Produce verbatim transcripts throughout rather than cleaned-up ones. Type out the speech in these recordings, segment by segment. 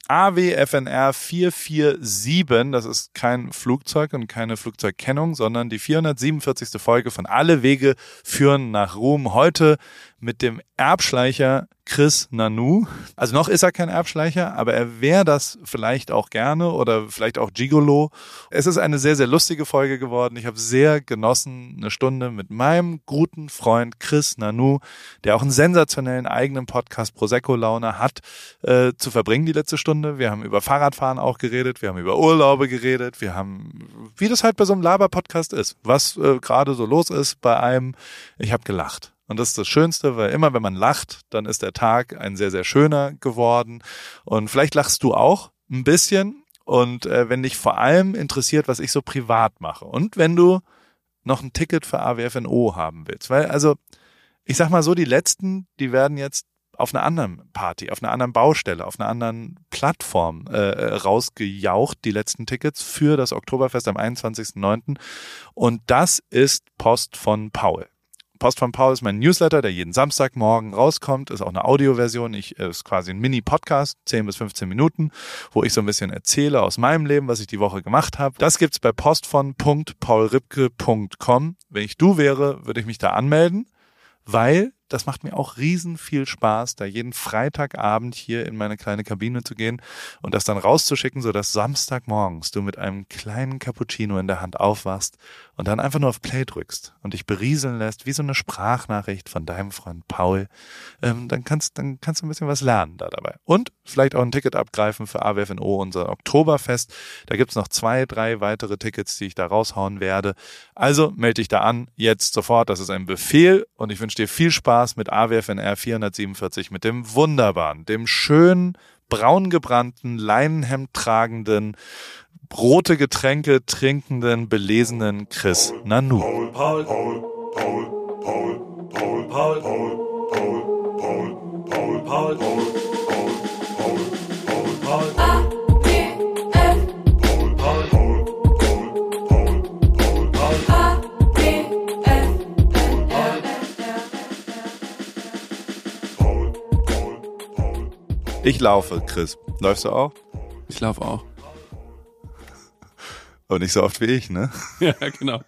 A W F N R vier vier sieben, das ist kein Flugzeug und keine Flugzeugkennung, sondern die vierhundertsiebenundvierzigste Folge von Alle Wege führen nach Ruhm. Heute mit dem Erbschleicher Chris Nanu. Also noch ist er kein Erbschleicher, aber er wäre das vielleicht auch gerne oder vielleicht auch Gigolo. Es ist eine sehr, sehr lustige Folge geworden. Ich habe sehr genossen, eine Stunde mit meinem guten Freund Chris Nanu, der auch einen sensationellen eigenen Podcast Prosecco-Laune hat, äh, zu verbringen die letzte Stunde. Wir haben über Fahrradfahren auch geredet, wir haben über Urlaube geredet, wir haben, wie das halt bei so einem Laber-Podcast ist, was äh, gerade so los ist bei einem. Ich habe gelacht. Und das ist das Schönste, weil immer wenn man lacht, dann ist der Tag ein sehr, sehr schöner geworden. Und vielleicht lachst du auch ein bisschen. Und äh, wenn dich vor allem interessiert, was ich so privat mache. Und wenn du noch ein Ticket für A W F N O haben willst. Weil also, ich sag mal so, die letzten, die werden jetzt auf einer anderen Party, auf einer anderen Baustelle, auf einer anderen Plattform äh, rausgejaucht, die letzten Tickets für das Oktoberfest am einundzwanzigsten neunten Und das ist Post von Paul. Post von Paul ist mein Newsletter, der jeden Samstagmorgen rauskommt, ist auch eine Audioversion, ich ist quasi ein Mini-Podcast, zehn bis fünfzehn Minuten, wo ich so ein bisschen erzähle aus meinem Leben, was ich die Woche gemacht habe. Das gibt's bei postfon punkt paul ripke punkt com. Wenn ich du wäre, würde ich mich da anmelden, weil das macht mir auch riesen viel Spaß, da jeden Freitagabend hier in meine kleine Kabine zu gehen und das dann rauszuschicken, sodass Samstagmorgens du mit einem kleinen Cappuccino in der Hand aufwachst und dann einfach nur auf Play drückst und dich berieseln lässt, wie so eine Sprachnachricht von deinem Freund Paul. Ähm, dann kannst, dann kannst du ein bisschen was lernen da dabei. Und vielleicht auch ein Ticket abgreifen für A W F N O, unser Oktoberfest. Da gibt's noch zwei, drei weitere Tickets, die ich da raushauen werde. Also melde dich da an, jetzt sofort. Das ist ein Befehl und ich wünsche dir viel Spaß mit A W F N R vierhundertsiebenundvierzig, mit dem wunderbaren, dem schönen, braun gebrannten, Leinenhemd tragenden, rote Getränke trinkenden, belesenen Chris Nanu. Paul, Paul, Paul, Paul, Paul, Paul, Paul, Paul, Paul, Paul, Paul, Paul, Paul, Paul, Paul, Paul. Ich laufe, Chris. Läufst du auch? Ich laufe auch. Aber nicht so oft wie ich, ne? Ja, genau.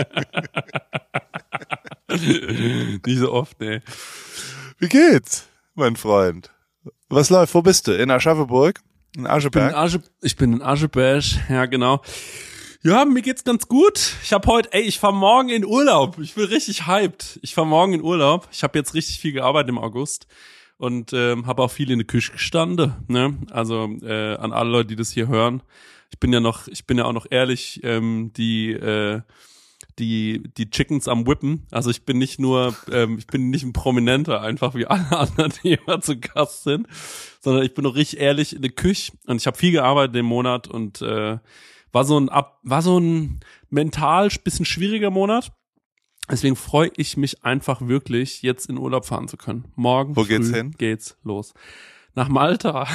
Nicht so oft, ne. Wie geht's, mein Freund? Was läuft? Wo bist du? In Aschaffenburg? In Ascheberg? Ich bin in, Asche, ich bin in Ascheberg, ja genau. Ja, mir geht's ganz gut. Ich hab heute, ey, ich fahr morgen in Urlaub. Ich bin richtig hyped. Ich fahr morgen in Urlaub. Ich habe jetzt richtig viel gearbeitet im August. Und ähm, habe auch viel in der Küche gestanden, ne? Also äh, an alle Leute, die das hier hören. Ich bin ja noch, ich bin ja auch noch ehrlich, ähm, die äh, die die Chickens am Whippen. Also ich bin nicht nur, ähm, ich bin nicht ein Prominenter, einfach wie alle anderen, die immer zu Gast sind, sondern ich bin noch richtig ehrlich in der Küche. Und ich habe viel gearbeitet im Monat und äh, war so ein ab, war so ein mental bisschen schwieriger Monat. Deswegen freue ich mich einfach wirklich, jetzt in Urlaub fahren zu können. Morgen Wo früh geht's hin? geht's los. Nach Malta.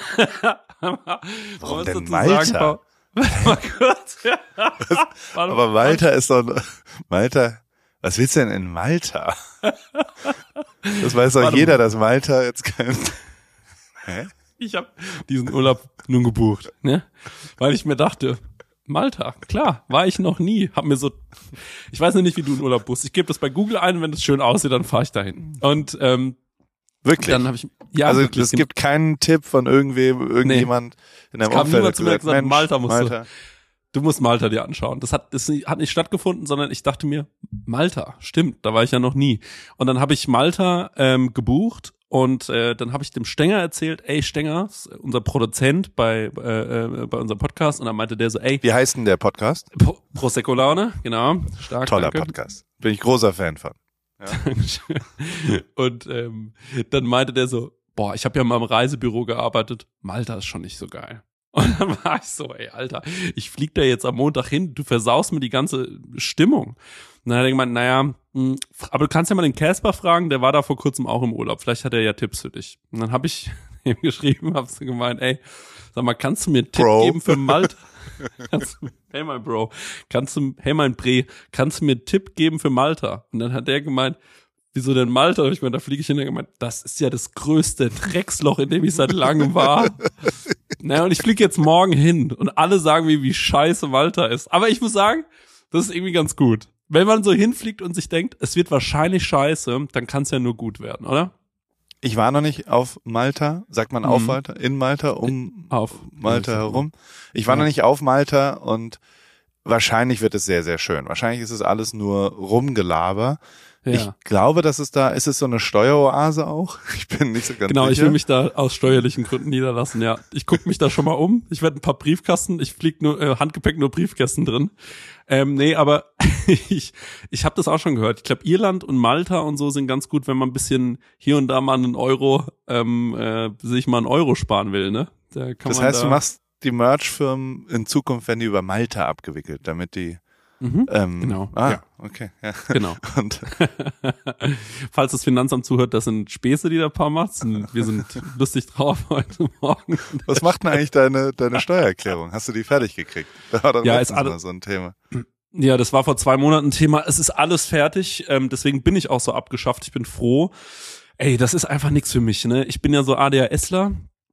Warum denn Malta? Sagen, warte mal kurz. Aber Malta ist doch, Malta, was willst du denn in Malta? Das weiß doch warte jeder, mal. dass Malta jetzt kein, hä? Ich habe diesen Urlaub nun gebucht, ne? Weil ich mir dachte, Malta, klar, war ich noch nie. Hab mir so, ich weiß noch nicht, wie du in Urlaub buchst. Ich gebe das bei Google ein und wenn es schön aussieht, dann fahre ich dahin. Und ähm, wirklich? Dann habe ich, ja, also wirklich, es gibt keinen Tipp von irgendwem, irgendjemand nee. in deinem es kam Umfeld, niemand zu mir und gesagt, Mensch, Malta musst Malta. du, du musst Malta dir anschauen. Das hat, das hat nicht stattgefunden, sondern ich dachte mir, Malta, stimmt, da war ich ja noch nie. Und dann habe ich Malta ähm, gebucht. Und äh, dann habe ich dem Stenger erzählt, ey Stenger, unser Produzent bei äh, bei unserem Podcast, und dann meinte der so, ey, wie heißt denn der Podcast? Pro- Prosecco Laune, genau, stark, Toller danke. Podcast, bin ich großer Fan von. Ja. Und ähm, dann meinte der so, boah, ich habe ja mal im Reisebüro gearbeitet, Malta ist schon nicht so geil. Und dann war ich so, ey, Alter, ich flieg da jetzt am Montag hin, du versaust mir die ganze Stimmung. Und dann hat er gemeint, naja, mh, aber du kannst ja mal den Casper fragen, der war da vor kurzem auch im Urlaub, vielleicht hat er ja Tipps für dich. Und dann habe ich ihm geschrieben, hab so gemeint, ey, sag mal, kannst du mir einen Tipp Bro. geben für Malta? Kannst du, hey mein Bro, kannst du, hey mein Bre, kannst du mir einen Tipp geben für Malta? Und dann hat der gemeint, wieso denn Malta? Und ich meine, da fliege ich hin und gemeint, das ist ja das größte Drecksloch, in dem ich seit langem war. Naja, und ich fliege jetzt morgen hin und alle sagen mir, wie scheiße Malta ist. Aber ich muss sagen, das ist irgendwie ganz gut. Wenn man so hinfliegt und sich denkt, es wird wahrscheinlich scheiße, dann kann es ja nur gut werden, oder? Ich war noch nicht auf Malta, sagt man auf Mhm. Malta, in Malta, um Auf Malta herum. Ich war Ja. noch nicht auf Malta und wahrscheinlich wird es sehr, sehr schön. Wahrscheinlich ist es alles nur Rumgelaber. Ja. Ich glaube, dass es da, ist es so eine Steueroase auch? Ich bin nicht so ganz Genau, sicher. ich will mich da aus steuerlichen Gründen niederlassen, ja. Ich gucke mich da schon mal um. Ich werde ein paar Briefkasten, ich flieg nur, äh, Handgepäck nur Briefkästen drin. Ähm, nee, aber ich, ich habe das auch schon gehört. Ich glaube, Irland und Malta und so sind ganz gut, wenn man ein bisschen hier und da mal einen Euro, ähm, äh, sich mal einen Euro sparen will, ne? Da kann Das man heißt, da, du machst die Merch-Firmen in Zukunft, werden die über Malta abgewickelt, damit die, Mhm, ähm, genau, ah, ja. okay, ja. Genau. Und Falls das Finanzamt zuhört, das sind Späße, die der Paar macht. Wir sind lustig drauf heute Morgen. was macht denn eigentlich deine, deine Steuererklärung? Hast du die fertig gekriegt? Da war doch Ja, letztens ist alle- mal so ein Thema. Ja, das war vor zwei Monaten Thema. Es ist alles fertig, ähm, deswegen bin ich auch so abgeschafft. Ich bin froh. Ey, das ist einfach nichts für mich, ne? Ich bin ja so ADHSler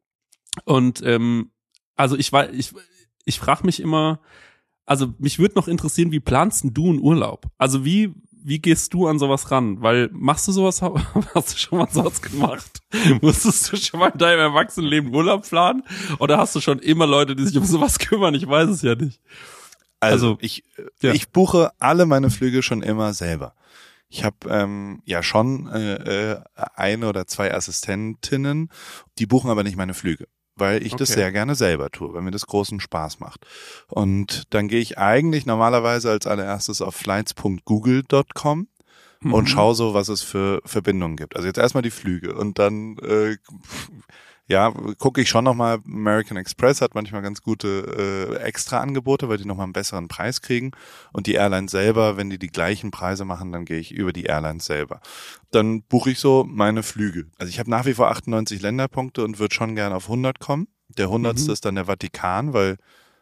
und ähm, also ich war, ich, ich frage mich immer, also mich würde noch interessieren, wie planst denn du einen Urlaub? Also wie, wie gehst du an sowas ran? Weil machst du sowas, hast du schon mal sowas gemacht? Musstest du schon mal in deinem Erwachsenenleben Urlaub planen? Oder hast du schon immer Leute, die sich um sowas kümmern? Ich weiß es ja nicht. Also, Also, ich, ja. ich buche alle meine Flüge schon immer selber. Ich habe ähm, ja schon äh, äh, eine oder zwei Assistentinnen, die buchen aber nicht meine Flüge, weil ich das Okay. sehr gerne selber tue, weil mir das großen Spaß macht. Und dann gehe ich eigentlich normalerweise als allererstes auf flights punkt google punkt com und Mhm. schaue so, was es für Verbindungen gibt. Also jetzt erstmal die Flüge und dann äh, ja, gucke ich schon nochmal, American Express hat manchmal ganz gute äh, Extra-Angebote, weil die nochmal einen besseren Preis kriegen. Und die Airlines selber, wenn die die gleichen Preise machen, dann gehe ich über die Airlines selber. Dann buche ich so meine Flüge. Also ich habe nach wie vor achtundneunzig Länderpunkte und würde schon gerne auf hundert kommen. Der hundertste Mhm. ist dann der Vatikan, weil,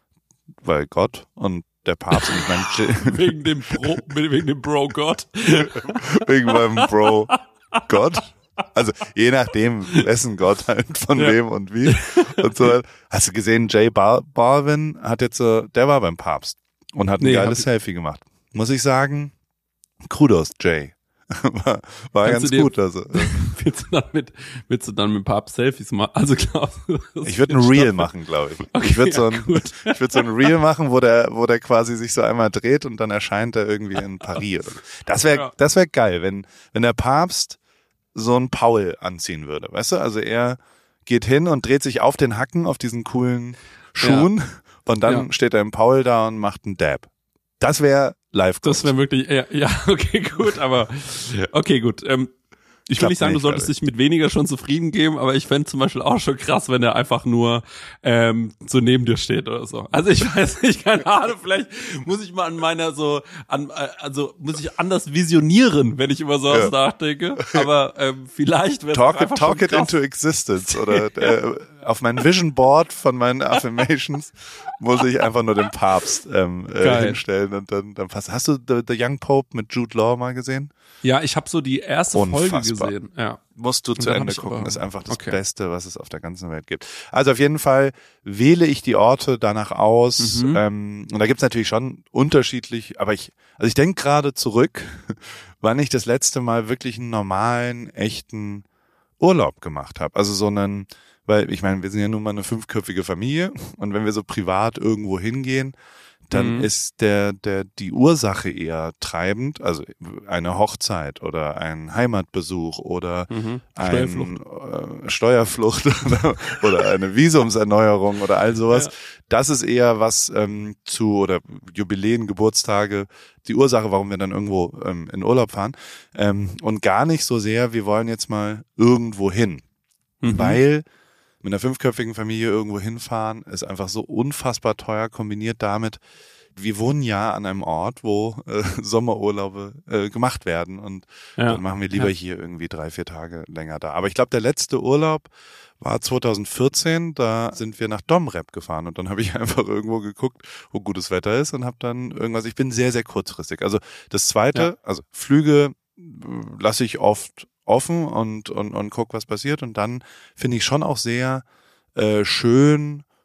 weil Gott und der Papst und ich meine, Wegen dem Bro, wegen dem Bro Gott. wegen meinem Bro Gott. Also je nachdem, wessen Gott halt, von Ja. wem und wie. Und so. Hast du gesehen, Jay Bar- Balvin hat jetzt so, der war beim Papst und hat ein Nee, geiles hab Selfie gemacht. Muss ich sagen, Kudos, Jay. war war Kannst ganz du dir- gut. Also Willst du dann mit, willst du dann mit Papst Selfies machen? Also klar. ich würde ein Reel machen, glaube ich. Okay, ich würde so ja, ein, gut. ich würde so ein Reel machen, wo der, wo der quasi sich so einmal dreht und dann erscheint er irgendwie in Paris. Oder so. Das wäre, Ja. das wäre geil, wenn, wenn der Papst so einen Paul anziehen würde, weißt du? Also er geht hin und dreht sich auf den Hacken, auf diesen coolen Schuhen und dann Ja. steht er im Paul da und macht einen Dab. Das wäre live. Das wäre wirklich, ja, ja, okay, gut, aber okay, gut. Ähm, ich will Klappt nicht sagen, du nicht, solltest Leute. dich mit weniger schon zufrieden geben, aber ich fände zum Beispiel auch schon krass, wenn er einfach nur ähm, so neben dir steht oder so. Also ich weiß nicht, keine Ahnung, vielleicht muss ich mal an meiner so, an, äh, also muss ich anders visionieren, wenn ich über sowas Ja. nachdenke. Aber ähm, vielleicht wäre es Talk it, einfach talk schon it krass. into existence. Oder äh, auf mein Vision Board von meinen Affirmations muss ich einfach nur den Papst ähm, äh, Geil. hinstellen und dann, dann passt. Hast du The, The Young Pope mit Jude Law mal gesehen? Ja, ich habe so die erste Folge Unfassbar. gesehen. Ja. Musst du Und zu dann hab Ende ich gucken. aber- Ist einfach das okay. Beste, was es auf der ganzen Welt gibt. Also auf jeden Fall wähle ich die Orte danach aus. Mhm. Ähm, und da gibt's natürlich schon unterschiedlich, aber ich, also ich denke gerade zurück, wann ich das letzte Mal wirklich einen normalen, echten Urlaub gemacht habe. Also so einen, weil ich meine, wir sind ja nun mal eine fünfköpfige Familie und wenn wir so privat irgendwo hingehen, dann Mhm. ist der, der, die Ursache eher treibend, also eine Hochzeit oder ein Heimatbesuch oder Mhm. ein, Steuerflucht. äh, Steuerflucht oder, oder eine Visumserneuerung oder all sowas. Ja. Das ist eher was ähm, zu, oder Jubiläen, Geburtstage, die Ursache, warum wir dann irgendwo ähm, in Urlaub fahren. Ähm, und gar nicht so sehr, wir wollen jetzt mal irgendwo hin. Mhm. Weil mit einer fünfköpfigen Familie irgendwo hinfahren ist einfach so unfassbar teuer, kombiniert damit, wir wohnen ja an einem Ort, wo äh, Sommerurlaube äh, gemacht werden und Ja. dann machen wir lieber Ja. hier irgendwie drei, vier Tage länger da. Aber ich glaube, der letzte Urlaub war zwanzig vierzehn, da sind wir nach Domrep gefahren und dann habe ich einfach irgendwo geguckt, wo gutes Wetter ist und habe dann irgendwas, ich bin sehr, sehr kurzfristig. Also das Zweite, Ja. also Flüge äh, lasse ich oft offen und, und, und guck, was passiert und dann finde ich schon auch sehr äh, schön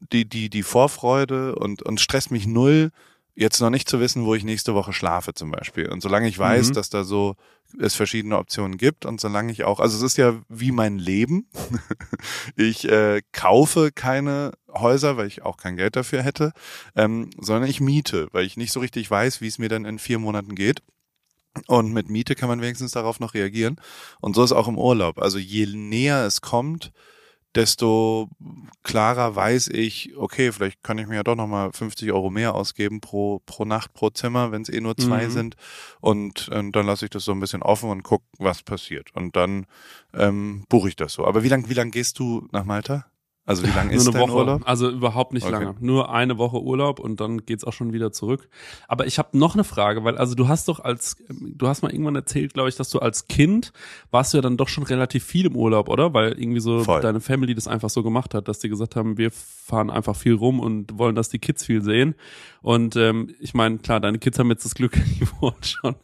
die, die, die Vorfreude und, und stresst mich null, jetzt noch nicht zu wissen, wo ich nächste Woche schlafe zum Beispiel. Und solange ich weiß, mhm. dass da so es verschiedene Optionen gibt und solange ich auch, also es ist ja wie mein Leben. ich äh, kaufe keine Häuser, weil ich auch kein Geld dafür hätte, ähm, sondern ich miete, weil ich nicht so richtig weiß, wie es mir dann in vier Monaten geht. Und mit Miete kann man wenigstens darauf noch reagieren. Und so ist auch im Urlaub. Also je näher es kommt, desto klarer weiß ich, okay, vielleicht kann ich mir ja doch nochmal fünfzig Euro mehr ausgeben pro pro Nacht, pro Zimmer, wenn es eh nur zwei mhm. sind. Und, und dann lasse ich das so ein bisschen offen und guck, was passiert. Und dann ähm, buche ich das so. Aber wie lang, wie lang gehst du nach Malta? Also wie lange ist Nur eine dein Woche. Urlaub? Also überhaupt nicht okay. lange. Nur eine Woche Urlaub und dann geht's auch schon wieder zurück. Aber ich habe noch eine Frage, weil also du hast doch als, du hast mal irgendwann erzählt, glaube ich, dass du als Kind warst du ja dann doch schon relativ viel im Urlaub, oder? Weil irgendwie so Voll. Deine Family das einfach so gemacht hat, dass die gesagt haben, wir fahren einfach viel rum und wollen, dass die Kids viel sehen. Und ähm, ich meine, klar, deine Kids haben jetzt das Glück, die wohnen schon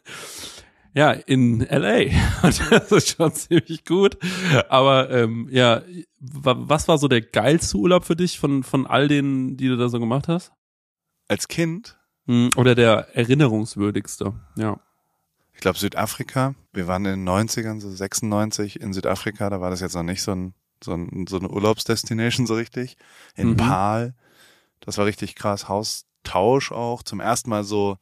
ja, in L A. Und das ist schon ziemlich gut. Aber ähm, ja, was war so der geilste Urlaub für dich von von all denen, die du da so gemacht hast? Als Kind? Oder der erinnerungswürdigste, ja. Ich glaube Südafrika. Wir waren in den neunzigern, so sechsundneunzig in Südafrika. Da war das jetzt noch nicht so ein so, ein, so eine Urlaubsdestination so richtig. In mhm. Paarl. Das war richtig krass. Haustausch auch. Zum ersten Mal so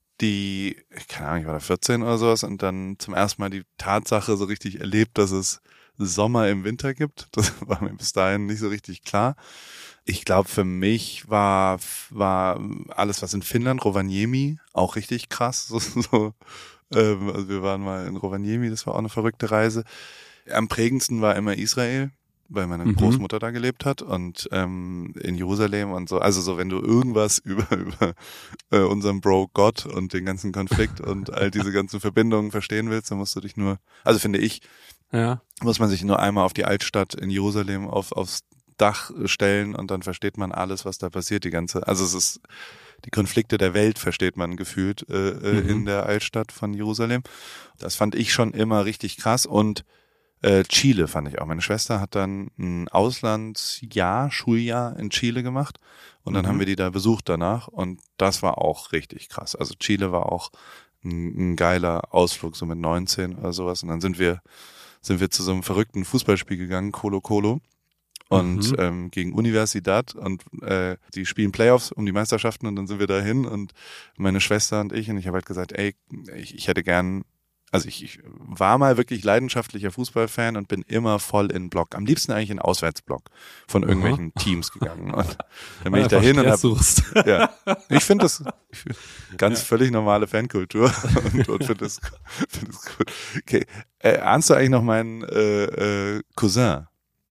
die, keine Ahnung, ich war da vierzehn oder sowas und dann zum ersten Mal die Tatsache so richtig erlebt, dass es Sommer im Winter gibt. Das war mir bis dahin nicht so richtig klar. Ich glaube, für mich war war alles, was in Finnland, Rovaniemi, auch richtig krass. So, so, ähm, also wir waren mal in Rovaniemi, das war auch eine verrückte Reise. Am prägendsten war immer Israel, weil meine mhm. Großmutter da gelebt hat und ähm, in Jerusalem und so. Also so, wenn du irgendwas über über äh, unseren Bro Gott und den ganzen Konflikt und all diese ganzen Verbindungen verstehen willst, dann musst du dich nur, also finde ich, ja. muss man sich nur einmal auf die Altstadt in Jerusalem auf aufs Dach stellen und dann versteht man alles, was da passiert, die ganze, also es ist die Konflikte der Welt versteht man gefühlt äh, mhm. in der Altstadt von Jerusalem. Das fand ich schon immer richtig krass und Äh, Chile fand ich auch. Meine Schwester hat dann ein Auslandsjahr, Schuljahr in Chile gemacht und dann mhm. haben wir die da besucht danach und das war auch richtig krass. Also Chile war auch ein, ein geiler Ausflug, so mit neunzehn oder sowas und dann sind wir sind wir zu so einem verrückten Fußballspiel gegangen, Colo Colo und mhm. ähm, gegen Universidad und äh, die spielen Playoffs um die Meisterschaften und dann sind wir dahin und meine Schwester und ich und ich habe halt gesagt, ey, ich, ich hätte gern Also ich, ich war mal wirklich leidenschaftlicher Fußballfan und bin immer voll in Block. Am liebsten eigentlich in Auswärtsblock von irgendwelchen Aha. Teams gegangen. Und dann bin ich dahin und hab, ja, ich finde das ich find ganz ja. völlig normale Fankultur und, und finde das, find das gut. Okay, äh, ahnst du eigentlich noch meinen äh, äh, Cousin?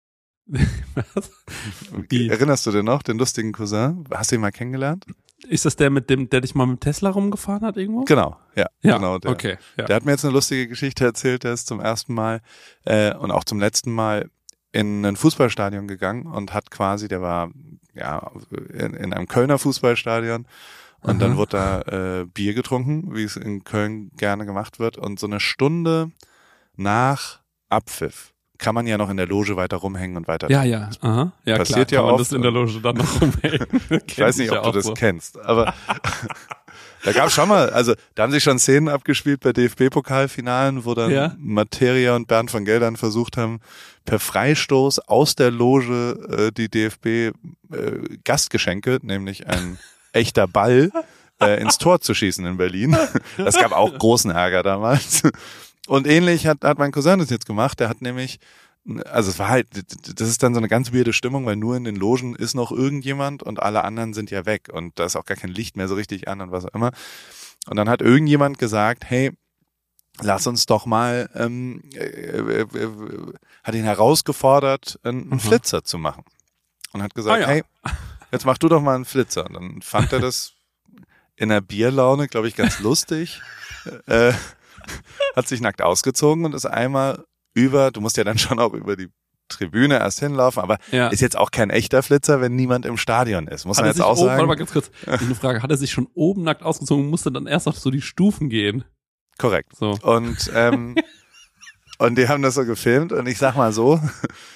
Was? Okay. Erinnerst du dir noch den lustigen Cousin? Hast du ihn mal kennengelernt? Ist das der mit dem, der dich mal mit Tesla rumgefahren hat irgendwo? Genau, ja, ja genau. Der, okay, ja. der hat mir jetzt eine lustige Geschichte erzählt. Der ist zum ersten Mal äh, und auch zum letzten Mal in ein Fußballstadion gegangen und hat quasi, der war ja in, in einem Kölner Fußballstadion und Aha. dann wurde da äh, Bier getrunken, wie es in Köln gerne gemacht wird und so eine Stunde nach Abpfiff kann man ja noch in der Loge weiter rumhängen und weiter. Ja, ja, aha. Ja, passiert klar, ja kann oft. Man das in der Loge dann noch rumhängen. Ich weiß nicht, ob du das so. kennst, aber da gab es schon mal, also da haben sich schon Szenen abgespielt bei D F B-Pokalfinalen, wo dann ja? Materia und Bernd von Geldern versucht haben, per Freistoß aus der Loge äh, die D F B-Gastgeschenke, äh, nämlich ein echter Ball, äh, ins Tor zu schießen in Berlin. Das gab auch großen Ärger damals. Und ähnlich hat, hat mein Cousin das jetzt gemacht. Der hat nämlich, also es war halt, das ist dann so eine ganz weirde Stimmung, weil nur in den Logen ist noch irgendjemand und alle anderen sind ja weg und da ist auch gar kein Licht mehr so richtig an und was auch immer. Und dann hat irgendjemand gesagt, hey, lass uns doch mal, ähm, äh, äh, äh, hat ihn herausgefordert, einen, einen Flitzer zu machen. Und hat gesagt, ah, ja. hey, jetzt mach du doch mal einen Flitzer. Und dann fand er das in der Bierlaune, glaube ich, ganz lustig. äh, hat sich nackt ausgezogen und ist einmal über, du musst ja dann schon auch über die Tribüne erst hinlaufen, aber ja. ist jetzt auch kein echter Flitzer, wenn niemand im Stadion ist, muss hat man jetzt auch oben, sagen. Warte mal ganz kurz, eine Frage, hat er sich schon oben nackt ausgezogen und musste dann erst auf so die Stufen gehen? Korrekt. So. Und, ähm, und die haben das so gefilmt und ich sag mal so,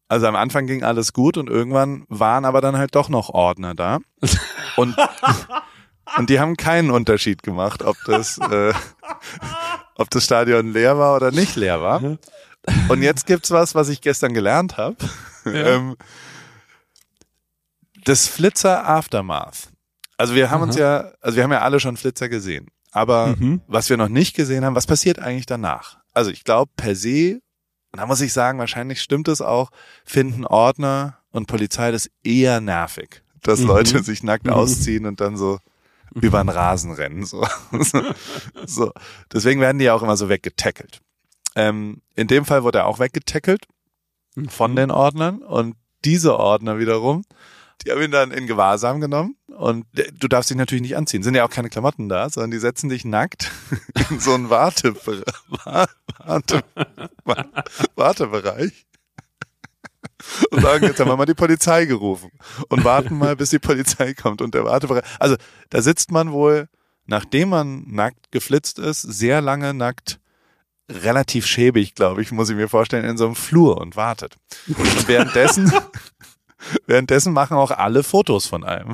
Also am Anfang ging alles gut und irgendwann waren aber dann halt doch noch Ordner da. Und, und die haben keinen Unterschied gemacht, ob das, äh, ob das Stadion leer war oder nicht leer war. Und jetzt gibt's was, was ich gestern gelernt habe. Ja. ähm, das Flitzer Aftermath. Also wir haben Aha. uns ja, also wir haben ja alle schon Flitzer gesehen. Aber mhm. was wir noch nicht gesehen haben, was passiert eigentlich danach? Also ich glaube per se, und da muss ich sagen, wahrscheinlich stimmt es auch, finden Ordner und Polizei das eher nervig, dass mhm. Leute sich nackt mhm. ausziehen und dann so mhm. über den Rasen rennen. So. so. Deswegen werden die ja auch immer so weggetackelt. Ähm, in dem Fall wurde er auch weggetackelt mhm. von den Ordnern und diese Ordner wiederum, die haben ihn dann in Gewahrsam genommen und du darfst dich natürlich nicht anziehen. Sind ja auch keine Klamotten da, sondern die setzen dich nackt in so einen Warte, Warte, Wartebereich und sagen, jetzt haben wir mal die Polizei gerufen und warten mal, bis die Polizei kommt und der Wartebereich. Also da sitzt man wohl, nachdem man nackt geflitzt ist, sehr lange nackt, relativ schäbig, glaube ich, muss ich mir vorstellen, in so einem Flur und wartet. Und währenddessen... Währenddessen machen auch alle Fotos von einem.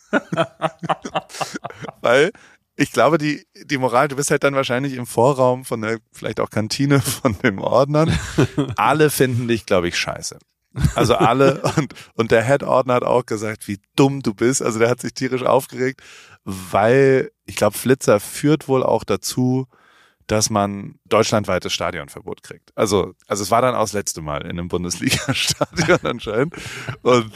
Weil ich glaube, die, die Moral, du bist halt dann wahrscheinlich im Vorraum von der, vielleicht auch Kantine von den Ordnern. Alle finden dich, glaube ich, scheiße. Also alle, und, und der Head-Ordner hat auch gesagt, wie dumm du bist. Also der hat sich tierisch aufgeregt, weil ich glaube, Flitzer führt wohl auch dazu, dass man deutschlandweites Stadionverbot kriegt. Also, also es war dann auch das letzte Mal in einem Bundesliga-Stadion anscheinend. Und,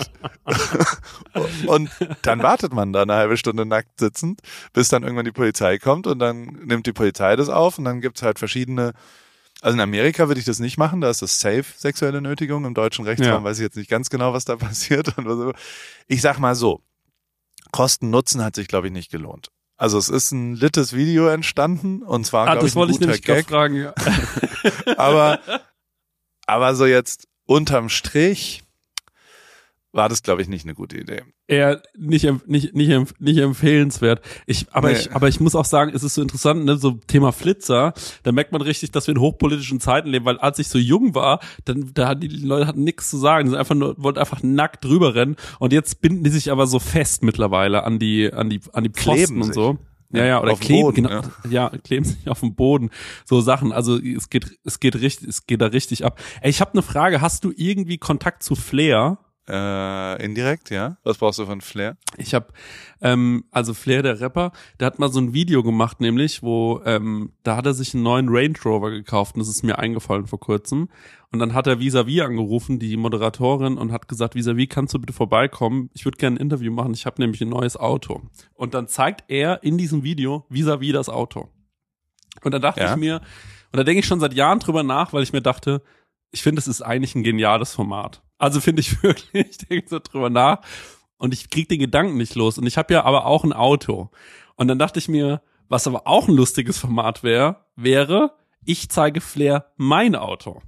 und dann wartet man da eine halbe Stunde nackt sitzend, bis dann irgendwann die Polizei kommt und dann nimmt die Polizei das auf und dann gibt's halt verschiedene, also in Amerika würde ich das nicht machen, da ist das safe, sexuelle Nötigung. Im deutschen Rechtsraum ja. weiß ich jetzt nicht ganz genau, was da passiert. Ich sag mal so, Kosten-Nutzen hat sich, glaube ich, nicht gelohnt. Also es ist ein littes Video entstanden und zwar, ah, glaube ich, ein guter ich Gag. Fragen, ja. aber, aber so jetzt unterm Strich war das, glaube ich, nicht eine gute Idee. Eher nicht, nicht, nicht, nicht empfehlenswert. Ich, aber nee. ich, aber ich muss auch sagen, es ist so interessant, ne, so Thema Flitzer, da merkt man richtig, dass wir in hochpolitischen Zeiten leben, weil als ich so jung war, dann, da hatten die Leute hatten nichts zu sagen, die sind einfach nur, wollten einfach nackt drüber rennen und jetzt binden die sich aber so fest mittlerweile an die, an die, an die Pfosten kleben und sich. So. Ja, ja, oder kleben, Boden, genau, ja. ja, kleben sich auf dem Boden, so Sachen, also es geht, es geht richtig, es geht da richtig ab. Ey, ich habe eine Frage, hast du irgendwie Kontakt zu Flair? Äh, indirekt, ja. Was brauchst du von Flair? Ich habe, ähm, also Flair, der Rapper, der hat mal so ein Video gemacht, nämlich, wo, ähm, da hat er sich einen neuen Range Rover gekauft und das ist mir eingefallen vor kurzem. Und dann hat er Vis-a-vis angerufen, die Moderatorin, und hat gesagt, Vis-a-vis, kannst du bitte vorbeikommen? Ich würde gerne ein Interview machen, ich habe nämlich ein neues Auto. Und dann zeigt er in diesem Video Vis-a-vis das Auto. Und da dachte ja. ich mir, und da denke ich schon seit Jahren drüber nach, weil ich mir dachte, ich finde, es ist eigentlich ein geniales Format. Also finde ich wirklich, ich denke so drüber nach und ich krieg den Gedanken nicht los. Und ich habe ja aber auch ein Auto. Und dann dachte ich mir, was aber auch ein lustiges Format wäre, wäre, ich zeige Flair mein Auto.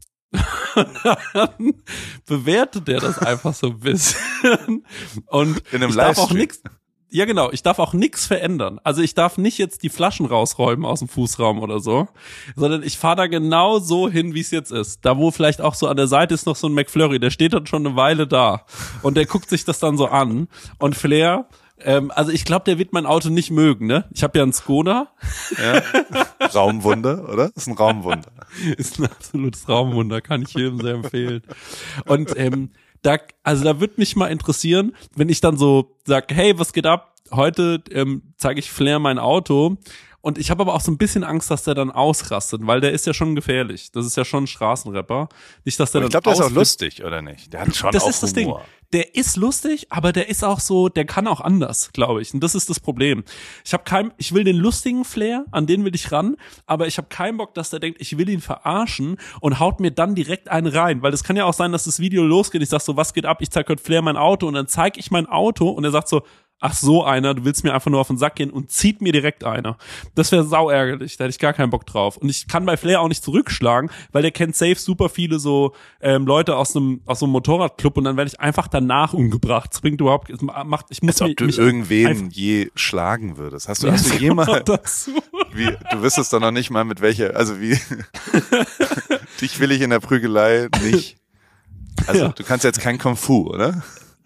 Dann bewertet der das einfach so ein bisschen. Und in einem ich darf auch nichts. Ja, genau. Ich darf auch nichts verändern. Also ich darf nicht jetzt die Flaschen rausräumen aus dem Fußraum oder so, sondern ich fahre da genau so hin, wie es jetzt ist. Da, wo vielleicht auch so an der Seite ist noch so ein McFlurry, der steht dann schon eine Weile da und der guckt sich das dann so an. Und Flair, ähm, also ich glaube, der wird mein Auto nicht mögen, ne? Ich habe ja einen Skoda. Ja. Raumwunder, oder? Ist ein Raumwunder. Ist ein absolutes Raumwunder, kann ich jedem sehr empfehlen. Und ähm, Da, also da würde mich mal interessieren, wenn ich dann so sag, hey, was geht ab? Heute ähm, zeige ich Flair mein Auto. Und ich habe aber auch so ein bisschen Angst, dass der dann ausrastet, weil der ist ja schon gefährlich. Das ist ja schon ein Straßenrapper. Nicht, dass der aber dann ich glaube, der ist auch lustig, oder nicht? Der hat schon das auch ist das Humor. Ding. Der ist lustig, aber der ist auch so, der kann auch anders, glaube ich. Und das ist das Problem. Ich habe kein, ich will den lustigen Flair, an den will ich ran, aber ich habe keinen Bock, dass der denkt, ich will ihn verarschen und haut mir dann direkt einen rein. Weil das kann ja auch sein, dass das Video losgeht. Ich sag so, was geht ab? Ich zeig heute Flair mein Auto und dann zeig ich mein Auto und er sagt so, ach so einer, du willst mir einfach nur auf den Sack gehen und zieht mir direkt einer. Das wäre sau ärgerlich, da hätte ich gar keinen Bock drauf. Und ich kann bei Flair auch nicht zurückschlagen, weil der kennt safe super viele so ähm, Leute aus einem aus so einem Motorradclub und dann werde ich einfach danach umgebracht. Das bringt überhaupt, es macht, ich muss Als ob mich, du mich irgendwen je schlagen würdest. Hast du, ja, hast du jemals, so. wie, du wüsstest doch noch nicht mal mit welcher, also wie, dich will ich in der Prügelei nicht Also Ja. du kannst jetzt kein Kung Fu, oder?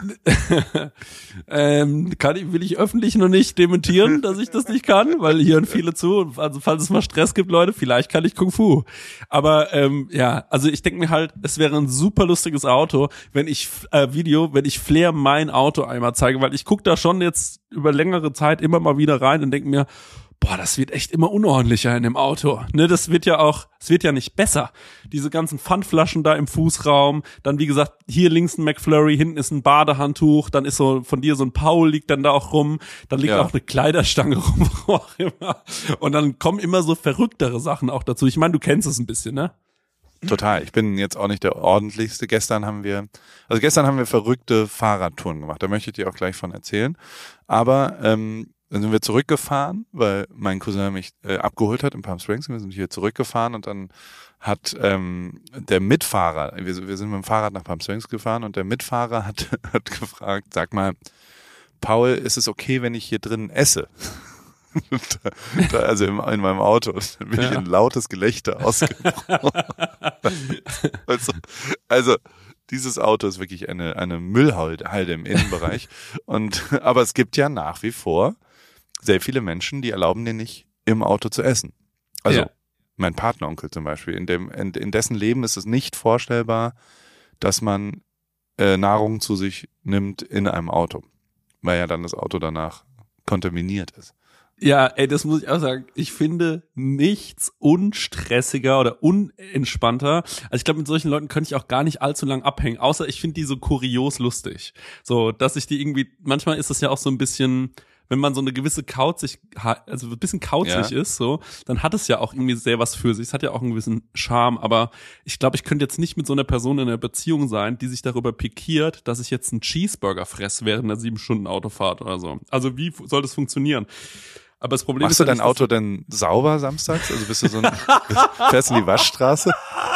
ähm, kann ich, will ich öffentlich noch nicht dementieren, dass ich das nicht kann, weil hier hören viele zu. Also falls es mal Stress gibt, Leute, vielleicht kann ich Kung Fu. Aber ähm, ja, also ich denke mir halt, es wäre ein super lustiges Auto, wenn ich äh, Video, wenn ich Flair mein Auto einmal zeige, weil ich gucke da schon jetzt über längere Zeit immer mal wieder rein und denke mir, boah, das wird echt immer unordentlicher in dem Auto. Ne, das wird ja auch, es wird ja nicht besser. Diese ganzen Pfandflaschen da im Fußraum, dann wie gesagt, hier links ein McFlurry, hinten ist ein Badehandtuch, dann ist so von dir so ein Paul liegt dann da auch rum, dann liegt Ja. auch eine Kleiderstange rum, wo auch immer. Und dann kommen immer so verrücktere Sachen auch dazu. Ich meine, du kennst es ein bisschen, ne? Total. Ich bin jetzt auch nicht der ordentlichste. Gestern haben wir, also gestern haben wir verrückte Fahrradtouren gemacht. Da möchte ich dir auch gleich von erzählen. Aber ähm, dann sind wir zurückgefahren, weil mein Cousin mich äh, abgeholt hat in Palm Springs. Wir sind hier zurückgefahren und dann hat ähm, der Mitfahrer, wir, wir sind mit dem Fahrrad nach Palm Springs gefahren und der Mitfahrer hat, hat gefragt, sag mal, Paul, ist es okay, wenn ich hier drinnen esse? da, da, also im, in meinem Auto. Dann bin ich Ja. in lautes Gelächter ausgebrochen. also, also dieses Auto ist wirklich eine, eine Müllhalde im Innenbereich. Und, aber es gibt ja nach wie vor sehr viele Menschen, die erlauben dir nicht, im Auto zu essen. Also Ja. mein Partneronkel zum Beispiel, in, dem, in, in dessen Leben ist es nicht vorstellbar, dass man äh, Nahrung zu sich nimmt in einem Auto, weil ja dann das Auto danach kontaminiert ist. Ja, ey, das muss ich auch sagen. Ich finde nichts unstressiger oder unentspannter. Also ich glaube, mit solchen Leuten könnte ich auch gar nicht allzu lang abhängen, außer ich finde die so kurios lustig. So, dass ich die irgendwie, manchmal ist das ja auch so ein bisschen, wenn man so eine gewisse kauzig, also ein bisschen kauzig Ja. ist, so, dann hat es ja auch irgendwie sehr was für sich. Es hat ja auch einen gewissen Charme, aber ich glaube, ich könnte jetzt nicht mit so einer Person in einer Beziehung sein, die sich darüber pikiert, dass ich jetzt einen Cheeseburger fresse während einer sieben Stunden Autofahrt oder so. Also wie soll das funktionieren? Aber das Problem Machst ist du ja dein nicht, Auto denn sauber samstags? Also bist du so ein, fährst du in die Waschstraße?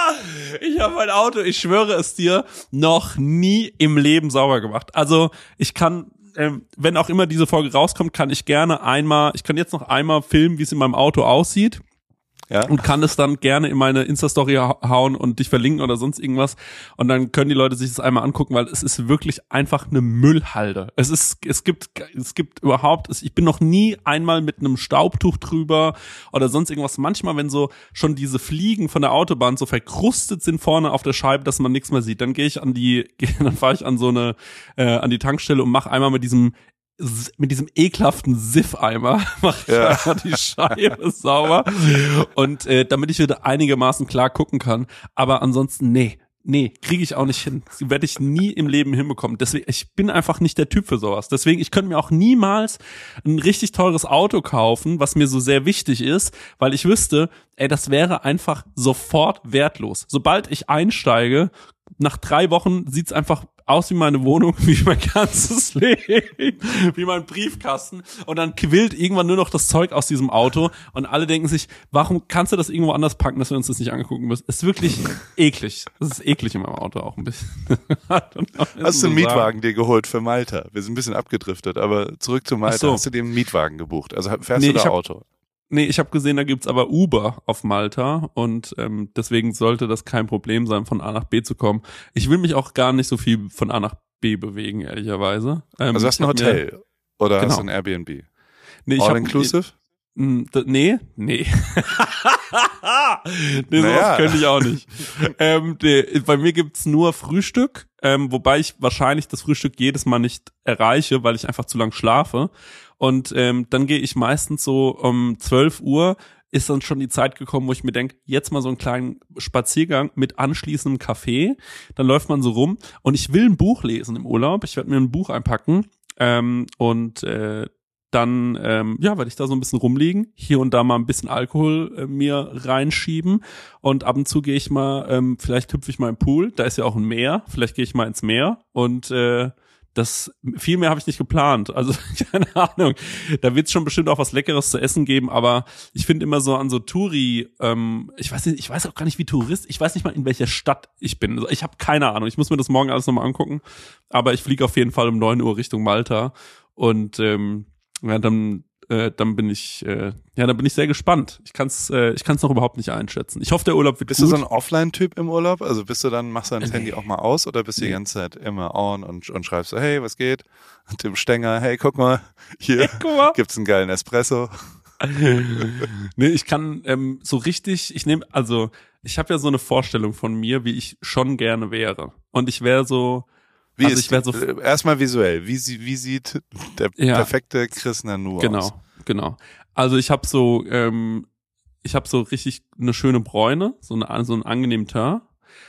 Ich habe mein Auto, ich schwöre es dir, noch nie im Leben sauber gemacht. Also ich kann, ähm, wenn auch immer diese Folge rauskommt, kann ich gerne einmal, ich kann jetzt noch einmal filmen, wie es in meinem Auto aussieht. Ja. Und kann es dann gerne in meine Insta-Story hauen und dich verlinken oder sonst irgendwas. Und dann können die Leute sich das einmal angucken, weil es ist wirklich einfach eine Müllhalde. Es ist, es gibt, es gibt überhaupt, ich bin noch nie einmal mit einem Staubtuch drüber oder sonst irgendwas. Manchmal, wenn so schon diese Fliegen von der Autobahn so verkrustet sind vorne auf der Scheibe, dass man nichts mehr sieht, dann gehe ich an die, dann fahre ich an so eine, äh, an die Tankstelle und mache einmal mit diesem mit diesem ekelhaften Siff-Eimer mache ich Ja. einfach die Scheibe sauber und äh, damit ich wieder einigermaßen klar gucken kann. Aber ansonsten, nee, nee, kriege ich auch nicht hin. Das werde ich nie im Leben hinbekommen. Deswegen, ich bin einfach nicht der Typ für sowas. Deswegen, ich könnte mir auch niemals ein richtig teures Auto kaufen, was mir so sehr wichtig ist, weil ich wüsste, ey, das wäre einfach sofort wertlos. Sobald ich einsteige, nach drei Wochen sieht's einfach aus wie meine Wohnung, wie mein ganzes Leben, wie mein Briefkasten und dann quillt irgendwann nur noch das Zeug aus diesem Auto und alle denken sich, warum kannst du das irgendwo anders packen, dass wir uns das nicht angucken müssen? Es ist wirklich eklig. Das ist eklig in meinem Auto auch ein bisschen. Hast du einen Mietwagen dir geholt für Malta? Wir sind ein bisschen abgedriftet, aber zurück zu Malta. Ach so. Hast du dir einen Mietwagen gebucht? Also fährst Nee, du da ich hab- Auto? Nee, ich habe gesehen, da gibt's aber Uber auf Malta und ähm, deswegen sollte das kein Problem sein, von A nach B zu kommen. Ich will mich auch gar nicht so viel von A nach B bewegen, ehrlicherweise. Ähm, Also hast du ein ich hab mir- Hotel oder Genau. hast du ein Airbnb? Nee, ich All hab- inclusive? Mm, d- Nee, nee. nee, sowas Naja. könnte ich auch nicht. ähm, nee, bei mir gibt's nur Frühstück, ähm, wobei ich wahrscheinlich das Frühstück jedes Mal nicht erreiche, weil ich einfach zu lang schlafe. Und ähm, dann gehe ich meistens so um zwölf Uhr, ist dann schon die Zeit gekommen, wo ich mir denke, jetzt mal so einen kleinen Spaziergang mit anschließendem Kaffee. Dann läuft man so rum und ich will ein Buch lesen im Urlaub. Ich werde mir ein Buch einpacken ähm, und äh, dann ähm, ja, werde ich da so ein bisschen rumliegen, hier und da mal ein bisschen Alkohol äh, mir reinschieben und ab und zu gehe ich mal, ähm, vielleicht hüpfe ich mal im Pool, da ist ja auch ein Meer, vielleicht gehe ich mal ins Meer und äh, das viel mehr habe ich nicht geplant, also keine Ahnung, da wird es schon bestimmt auch was Leckeres zu essen geben, aber ich finde immer so an so Touri, ähm, ich weiß nicht, ich weiß auch gar nicht wie Tourist, ich weiß nicht mal in welcher Stadt ich bin, also ich habe keine Ahnung, ich muss mir das morgen alles nochmal angucken, aber ich fliege auf jeden Fall um neun Uhr Richtung Malta und ähm, ja, dann äh, dann bin ich, äh, ja, dann bin ich sehr gespannt. Ich kann's, äh, ich kann's noch überhaupt nicht einschätzen. Ich hoffe, der Urlaub wird bist gut. Bist du so ein Offline-Typ im Urlaub? Also bist du dann, machst du dein Nee. Handy auch mal aus oder bist du Nee. die ganze Zeit immer on und, und schreibst so, hey, was geht? Und dem Stenger, hey, guck mal, hier Hey, guck mal. gibt's einen geilen Espresso. Nee, ich kann ähm, so richtig, ich nehme, also ich habe ja so eine Vorstellung von mir, wie ich schon gerne wäre. Und ich wäre so, Wie also ist ich wäre so, die, erstmal visuell, wie, sie- wie sieht der Ja. perfekte Chris Nanu genau, aus? genau. Also ich habe so, ähm, ich habe so richtig eine schöne Bräune, so, eine, so einen angenehmen Teint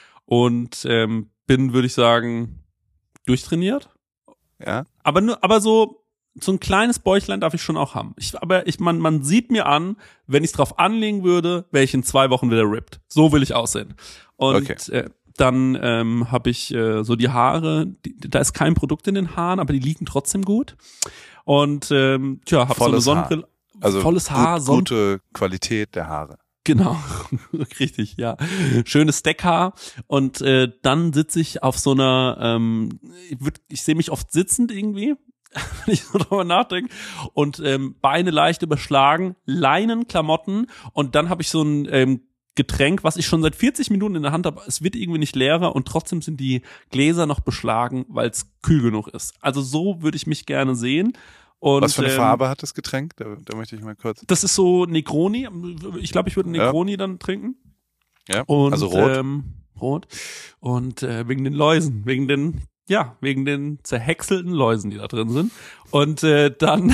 und ähm, bin, würde ich sagen, durchtrainiert. Ja? Aber nur, aber so so ein kleines Bäuchlein darf ich schon auch haben. Ich, aber ich, man, man sieht mir an, wenn ich es drauf anlegen würde, wäre ich in zwei Wochen wieder ripped. So will ich aussehen. Und Okay. äh, dann ähm, habe ich äh, so die Haare, die, da ist kein Produkt in den Haaren, aber die liegen trotzdem gut. Und ähm, tja, habe so eine Volles Haar. Sonnenbrille. Also volles Haar, gut, Sonnen gute Qualität der Haare. Genau, richtig, ja. Schönes Deckhaar und äh, dann sitze ich auf so einer, ähm, ich, würd- ich sehe mich oft sitzend irgendwie, wenn ich so drüber nachdenke und ähm, Beine leicht überschlagen, Leinenklamotten und dann habe ich so ein ähm, Getränk, was ich schon seit vierzig Minuten in der Hand habe. Es wird irgendwie nicht leerer und trotzdem sind die Gläser noch beschlagen, weil es kühl genug ist. Also so würde ich mich gerne sehen. Und, Was für eine ähm, Farbe hat das Getränk? Da, da möchte ich mal kurz. Das ist so Negroni. Ich glaube, ich würde Ja. Negroni dann trinken. Ja, Und, also rot. Ähm, rot. Und äh, wegen den Läusen, wegen den, ja, wegen den zerhäckselten Läusen, die da drin sind. Und äh, dann,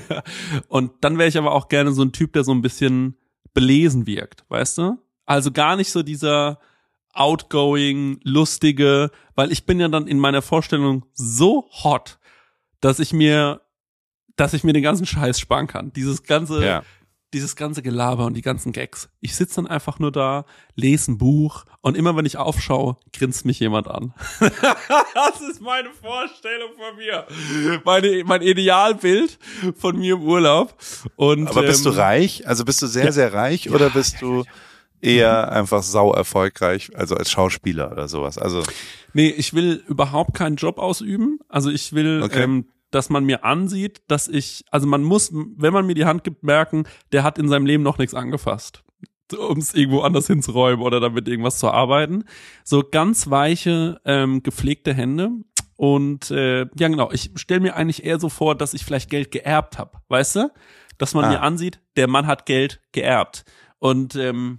und dann wäre ich aber auch gerne so ein Typ, der so ein bisschen belesen wirkt, weißt du? Also gar nicht so dieser outgoing, lustige, weil ich bin ja dann in meiner Vorstellung so hot, dass ich mir, dass ich mir den ganzen Scheiß sparen kann. Dieses ganze, Ja. dieses ganze Gelaber und die ganzen Gags. Ich sitze dann einfach nur da, lese ein Buch und immer wenn ich aufschaue, grinst mich jemand an. Das ist meine Vorstellung von mir. Meine, mein Idealbild von mir im Urlaub. Und, Aber bist ähm, du reich? Also bist du sehr, ja. sehr reich oder bist du eher einfach sau erfolgreich, also als Schauspieler oder sowas? Also Nee, ich will überhaupt keinen Job ausüben. Also ich will, Okay. ähm, dass man mir ansieht, dass ich, also man muss, wenn man mir die Hand gibt, merken, der hat in seinem Leben noch nichts angefasst, um es irgendwo anders hinzuräumen oder damit irgendwas zu arbeiten. So ganz weiche, ähm, gepflegte Hände. Und äh, ja genau, ich stelle mir eigentlich eher so vor, dass ich vielleicht Geld geerbt habe, weißt du? Dass man Ah. mir ansieht, der Mann hat Geld geerbt. Und ähm,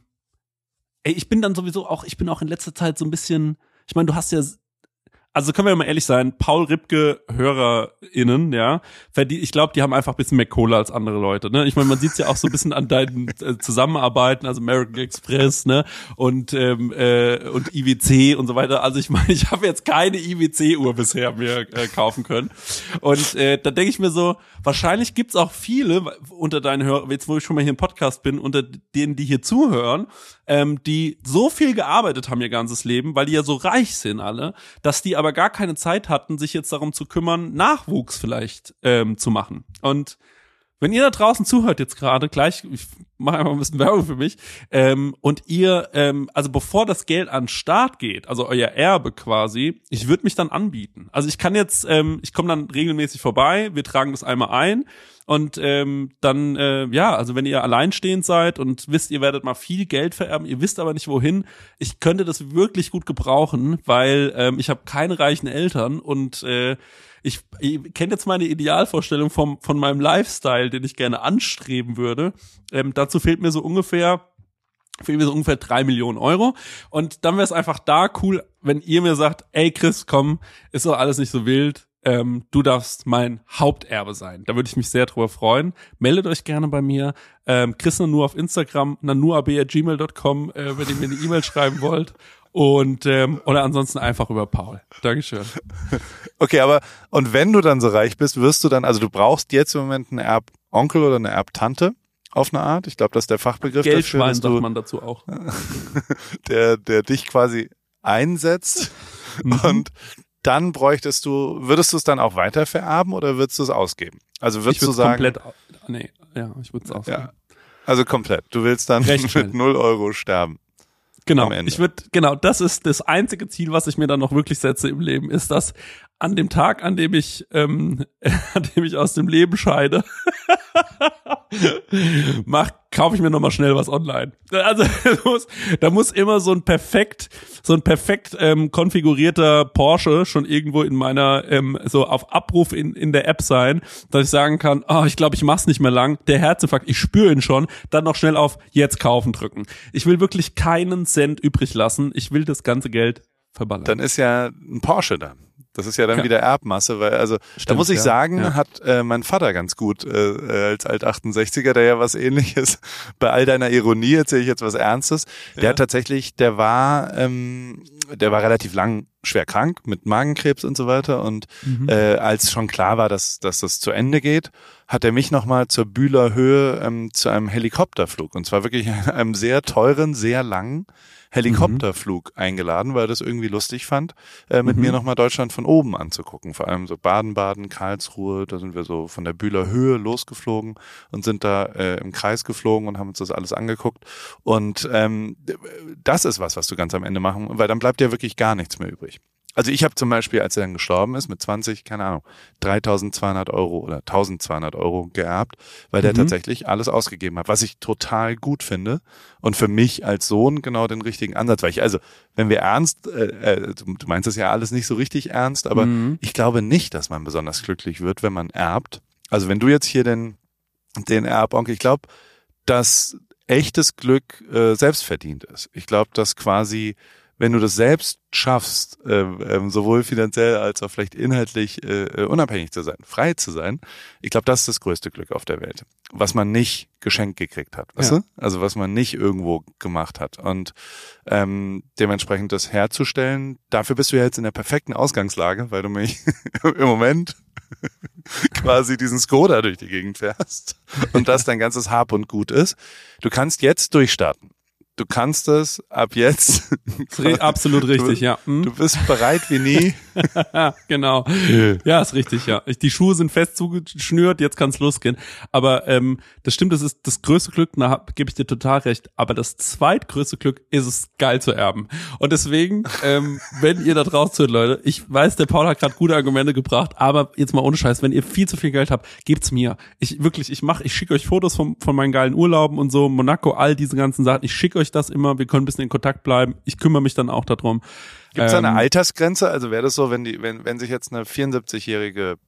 ey, ich bin dann sowieso auch, ich bin auch in letzter Zeit so ein bisschen, ich meine, du hast ja, also können wir ja mal ehrlich sein, Paul Ripke HörerInnen, ja, verdien- ich glaube, die haben einfach ein bisschen mehr Kohle als andere Leute, ne? Ich meine, man sieht's ja auch so ein bisschen an deinen äh, Zusammenarbeiten, also American Express, ne? Und ähm, äh, und I W C und so weiter. Also ich meine, ich habe jetzt keine I W C-Uhr bisher mir äh, kaufen können. Und äh, da denke ich mir so, wahrscheinlich gibt's auch viele unter deinen Hörern, jetzt wo ich schon mal hier im Podcast bin, unter denen, die hier zuhören, ähm, die so viel gearbeitet haben ihr ganzes Leben, weil die ja so reich sind alle, dass die aber gar keine Zeit hatten, sich jetzt darum zu kümmern, Nachwuchs vielleicht ähm, zu machen. Und wenn ihr da draußen zuhört jetzt gerade, gleich, ich mache einfach ein bisschen Werbung für mich, ähm, und ihr, ähm, also bevor das Geld an den Start geht, also euer Erbe quasi, ich würde mich dann anbieten. Also ich kann jetzt, ähm, ich komme dann regelmäßig vorbei, wir tragen das einmal ein und ähm, dann, äh, ja, also wenn ihr alleinstehend seid und wisst, ihr werdet mal viel Geld vererben, ihr wisst aber nicht wohin, ich könnte das wirklich gut gebrauchen, weil ähm, ich habe keine reichen Eltern und äh, ich, ich kenne jetzt meine Idealvorstellung vom, von meinem Lifestyle, den ich gerne anstreben würde. Ähm, dazu fehlt mir so ungefähr, fehlt mir so ungefähr drei Millionen Euro. Und dann wäre es einfach da cool, wenn ihr mir sagt, ey Chris, komm, ist doch alles nicht so wild. Ähm, du darfst mein Haupterbe sein. Da würde ich mich sehr drüber freuen. Meldet euch gerne bei mir. Ähm, Chris Nanu auf Instagram, nanuab at gmail dot com, äh, wenn ihr mir eine E-Mail schreiben wollt. Und ähm, oder ansonsten einfach über Paul. Dankeschön. okay, aber und wenn du dann so reich bist, wirst du dann, also du brauchst jetzt im Moment einen Erbonkel oder eine Erbtante auf eine Art. Ich glaube, das ist der Fachbegriff dafür, Geldschwein dass sagt du, man dazu auch. der, der dich quasi einsetzt und dann bräuchtest du, würdest du es dann auch weiter vererben oder würdest du es ausgeben? Also würdest Ich du würde sagen, komplett, au- nee, ja, ich würde es auch sagen. ja, also komplett. Du willst dann Recht schnell. mit null Euro sterben. Genau, am Ende. ich würde, genau, das ist das einzige Ziel, was ich mir dann noch wirklich setze im Leben, ist, dass an dem Tag, an dem ich, ähm, an dem ich aus dem Leben scheide, mach, kaufe ich mir nochmal schnell was online. Also da muss, da muss immer so ein perfekt, so ein perfekt ähm, konfigurierter Porsche schon irgendwo in meiner, ähm, so auf Abruf in in der App sein, dass ich sagen kann, oh, ich glaube, ich mach's nicht mehr lang. Der Herzinfarkt, ich spüre ihn schon. Dann noch schnell auf Jetzt kaufen drücken. Ich will wirklich keinen Cent übrig lassen. Ich will das ganze Geld verballern. Dann ist ja ein Porsche da. Das ist ja dann Ja. wieder Erbmasse, weil also Stimmt, da muss ich ja. sagen, Ja. hat äh, mein Vater ganz gut äh, als Alt-achtundsechziger, der ja was Ähnliches, bei all deiner Ironie erzähle ich jetzt was Ernstes, der Ja. hat tatsächlich, der war ähm, der war relativ lang schwer krank mit Magenkrebs und so weiter und Mhm. äh, als schon klar war, dass dass das zu Ende geht, hat er mich nochmal zur Bühler Höhe ähm, zu einem Helikopterflug und zwar wirklich einem sehr teuren, sehr langen Helikopterflug eingeladen, weil er das irgendwie lustig fand, äh, mit Mhm. mir nochmal Deutschland von oben anzugucken. Vor allem so Baden-Baden, Karlsruhe, da sind wir so von der Bühler Höhe losgeflogen und sind da äh, im Kreis geflogen und haben uns das alles angeguckt. Und ähm, das ist was, was du ganz am Ende machen, weil dann bleibt ja wirklich gar nichts mehr übrig. Also ich habe zum Beispiel, als er dann gestorben ist, mit zwanzig, keine Ahnung, dreitausendzweihundert Euro oder eintausendzweihundert Euro geerbt, weil der Mhm. tatsächlich alles ausgegeben hat, was ich total gut finde und für mich als Sohn genau den richtigen Ansatz, weil ich, also wenn wir ernst, äh, äh, du, du meinst das ja alles nicht so richtig ernst, aber Mhm. ich glaube nicht, dass man besonders glücklich wird, wenn man erbt. Also wenn du jetzt hier den, den Erbonkel, ich glaube, dass echtes Glück äh, selbstverdient ist. Ich glaube, dass quasi wenn du das selbst schaffst, äh, äh, sowohl finanziell als auch vielleicht inhaltlich äh, unabhängig zu sein, frei zu sein, ich glaube, das ist das größte Glück auf der Welt. Was man nicht geschenkt gekriegt hat, weißt Ja. du? Also was man nicht irgendwo gemacht hat. Und ähm, dementsprechend das herzustellen, dafür bist du ja jetzt in der perfekten Ausgangslage, weil du mich im Moment quasi diesen Skoda durch die Gegend fährst und das dein ganzes Hab und Gut ist. Du kannst jetzt durchstarten. Du kannst es ab jetzt. Re- Absolut richtig, ja. Hm? Du bist bereit wie nie. Ja, genau. Ja, ist richtig, ja. Ich, die Schuhe sind fest zugeschnürt, jetzt kann's losgehen. Aber ähm, das stimmt, das ist das größte Glück, da gebe ich dir total recht. Aber das zweitgrößte Glück ist es, geil zu erben. Und deswegen, ähm, wenn ihr da draußen zuhört, Leute, ich weiß, der Paul hat gerade gute Argumente gebracht, aber jetzt mal ohne Scheiß, wenn ihr viel zu viel Geld habt, gebt's mir. Ich wirklich, ich mache, ich schicke euch Fotos von, von meinen geilen Urlauben und so, Monaco, all diese ganzen Sachen. Ich schicke euch das immer, wir können ein bisschen in Kontakt bleiben. Ich kümmere mich dann auch darum. Gibt es Ähm, eine Altersgrenze? Also wäre das so, wenn die, wenn, wenn sich jetzt eine vierundsiebzigjährige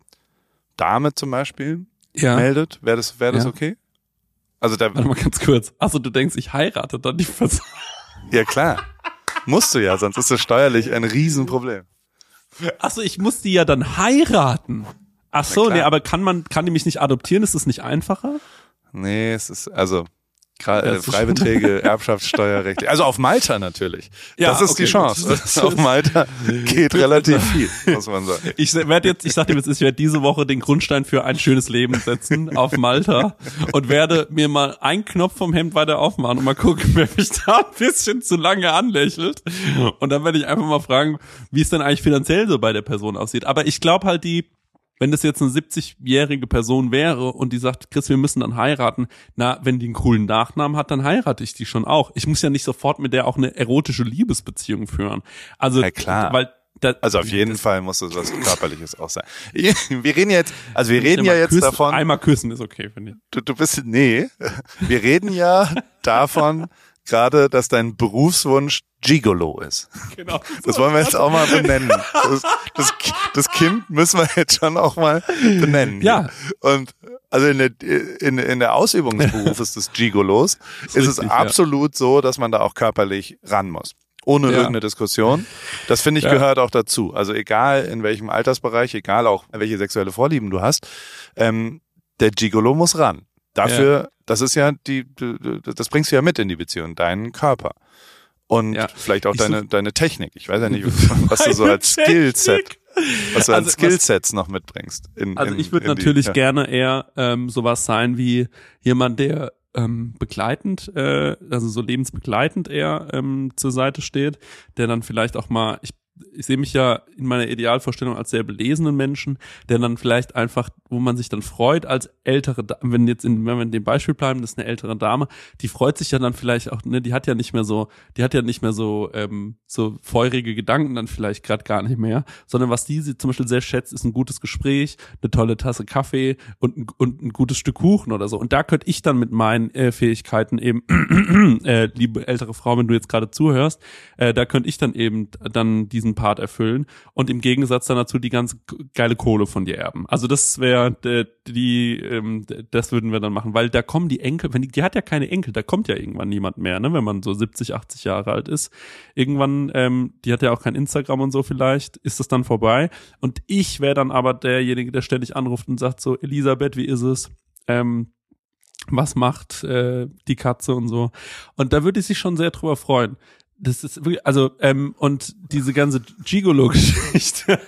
Dame zum Beispiel Ja. meldet, wäre das, wäre das Ja. okay? Also da, Warte mal ganz kurz. Achso, du denkst, ich heirate dann die Person. ja klar. Musst du ja, sonst ist das steuerlich ein Riesenproblem. Achso, ich muss die ja dann heiraten. Ach so, klar. nee, aber kann man, kann die mich nicht adoptieren? Ist das nicht einfacher? Nee, es ist, also, gra- Ja, äh, es ist- Freibeträge, Erbschaftssteuerrecht. Also auf Malta natürlich. Ja, das ist okay, die Chance. gut. Das auf ist- Malta geht relativ viel, muss man sagen. Ich werde jetzt, ich sag dir jetzt, ich werde diese Woche den Grundstein für ein schönes Leben setzen auf Malta und werde mir mal einen Knopf vom Hemd weiter aufmachen und mal gucken, wer mich da ein bisschen zu lange anlächelt. Und dann werde ich einfach mal fragen, wie es denn eigentlich finanziell so bei der Person aussieht. Aber ich glaube halt die, wenn das jetzt eine siebzigjährige Person wäre und die sagt, Chris, wir müssen dann heiraten, na, wenn die einen coolen Nachnamen hat, dann heirate ich die schon auch. Ich muss ja nicht sofort mit der auch eine erotische Liebesbeziehung führen. Also, Ja, klar. weil da, Also auf jeden das, Fall muss es was Körperliches auch sein. Wir reden jetzt, also wir reden ja einmal jetzt küssen, davon, Einmal küssen ist okay, finde ich. du, du bist, nee, wir reden ja davon gerade, dass dein Berufswunsch Gigolo ist. Genau. Das wollen wir jetzt auch mal benennen. Das, das, das Kind müssen wir jetzt schon auch mal benennen. Ja. Und also in der, in, in der Ausübung des Berufes des Gigolos ist es richtig, ja. absolut so, dass man da auch körperlich ran muss. Ohne Ja. irgendeine Diskussion. Das finde ich Ja. gehört auch dazu. Also egal in welchem Altersbereich, egal auch welche sexuelle Vorlieben du hast, ähm, der Gigolo muss ran. Dafür, das ist ja die, das bringst du ja mit in die Beziehung, deinen Körper. Und Ja. vielleicht auch Ich deine, so- deine Technik. Ich weiß ja nicht, was du so Meine als Skillset, was du Also, als was- Skillsets noch mitbringst. In, Also in, ich würde in die- natürlich ja. gerne eher ähm, sowas sein wie jemand, der ähm, begleitend, äh, also so lebensbegleitend eher ähm, zur Seite steht, der dann vielleicht auch mal, ich ich sehe mich ja in meiner Idealvorstellung als sehr belesenen Menschen, der dann vielleicht einfach, wo man sich dann freut als ältere, wenn jetzt in, wenn wir in dem Beispiel bleiben, das ist eine ältere Dame, die freut sich ja dann vielleicht auch, ne, die hat ja nicht mehr so, die hat ja nicht mehr so, ähm, so feurige Gedanken dann vielleicht gerade gar nicht mehr, sondern was die sie zum Beispiel sehr schätzt, ist ein gutes Gespräch, eine tolle Tasse Kaffee und ein, und ein gutes Stück Kuchen oder so. Und da könnte ich dann mit meinen äh, Fähigkeiten eben, äh, liebe ältere Frau, wenn du jetzt gerade zuhörst, äh, da könnte ich dann eben dann diesen Part erfüllen und im Gegensatz dann dazu die ganze geile Kohle von dir erben. Also das wäre äh, die, ähm, das würden wir dann machen, weil da kommen die Enkel, wenn die, die hat ja keine Enkel, da kommt ja irgendwann niemand mehr, ne, wenn man so siebzig, achtzig Jahre alt ist. Irgendwann, ähm, die hat ja auch kein Instagram und so vielleicht, ist das dann vorbei. Und ich wäre dann aber derjenige, der ständig anruft und sagt so, Elisabeth, wie ist es? Ähm, was macht äh, die Katze und so. Und da würde ich sich schon sehr drüber freuen. Das ist wirklich, also, ähm, und diese ganze Gigolo-Geschichte.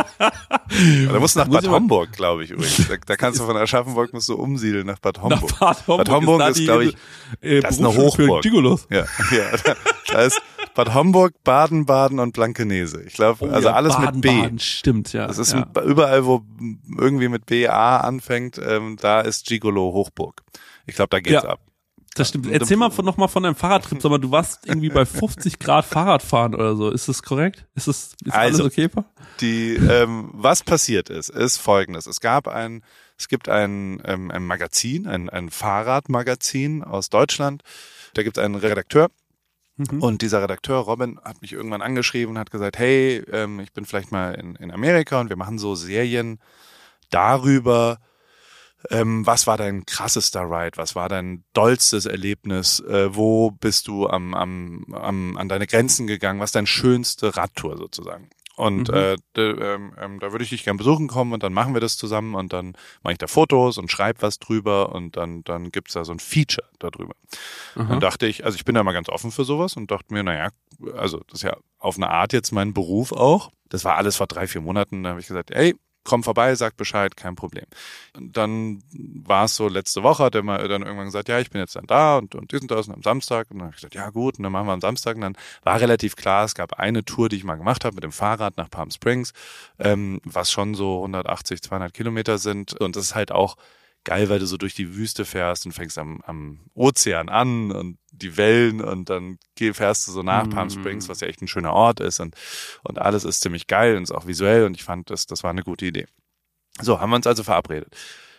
Da musst du nach Bad Homburg, glaube ich, übrigens. Da, da kannst du von Aschaffenburg musst du umsiedeln nach Bad Homburg. Nach Bad Homburg, Bad Homburg ist, ist glaube ich, äh, das ist eine Hochburg. Gigolos. Ja, ja. Da, da ist Bad Homburg, Baden, Baden und Blankenese. Ich glaube, Oh, also ja, alles Baden, mit B. Baden, stimmt, ja. Das ist ja. überall, wo irgendwie mit B A anfängt, ähm, da ist Gigolo Hochburg. Ich glaube, da geht's Ja. ab. Das stimmt. Erzähl mal von, noch mal von deinem Fahrradtrip. Sag mal, du warst irgendwie bei fünfzig Grad Fahrradfahren oder so. Ist das korrekt? Ist das ist Also, alles okay? Die, ähm, was passiert ist, ist Folgendes. Es gab ein, es gibt ein, ähm, ein Magazin, ein, ein Fahrradmagazin aus Deutschland. Da gibt es einen Redakteur. Mhm. Und dieser Redakteur, Robin, hat mich irgendwann angeschrieben und hat gesagt, hey, ähm, ich bin vielleicht mal in, in Amerika und wir machen so Serien darüber, Ähm, was war dein krassester Ride? Was war dein dollstes Erlebnis? Äh, wo bist du am, am, am, an deine Grenzen gegangen? Was ist deine schönste Radtour sozusagen? Und Mhm. äh, de, ähm, ähm, da würde ich dich gern besuchen kommen und dann machen wir das zusammen und dann mache ich da Fotos und schreibe was drüber und dann, dann gibt's da so ein Feature darüber. Aha. Dann dachte ich, also ich bin da mal ganz offen für sowas und dachte mir, naja, also das ist ja auf eine Art jetzt mein Beruf auch. Das war alles vor drei, vier Monaten. Da habe ich gesagt, ey, komm vorbei, sag Bescheid, kein Problem. Und dann war es so, letzte Woche hat er mal dann irgendwann gesagt, ja, ich bin jetzt dann da und, und dies und das und am Samstag. Und dann habe ich gesagt, ja gut, und dann machen wir am Samstag. Und dann war relativ klar, es gab eine Tour, die ich mal gemacht habe mit dem Fahrrad nach Palm Springs, ähm, was schon so hundertachtzig, zweihundert Kilometer sind. Und das ist halt auch geil, weil du so durch die Wüste fährst und fängst am, am Ozean an und die Wellen und dann geh, fährst du so nach Mhm. Palm Springs, was ja echt ein schöner Ort ist und, und alles ist ziemlich geil und ist auch visuell und ich fand, das, das war eine gute Idee. So, haben wir uns also verabredet.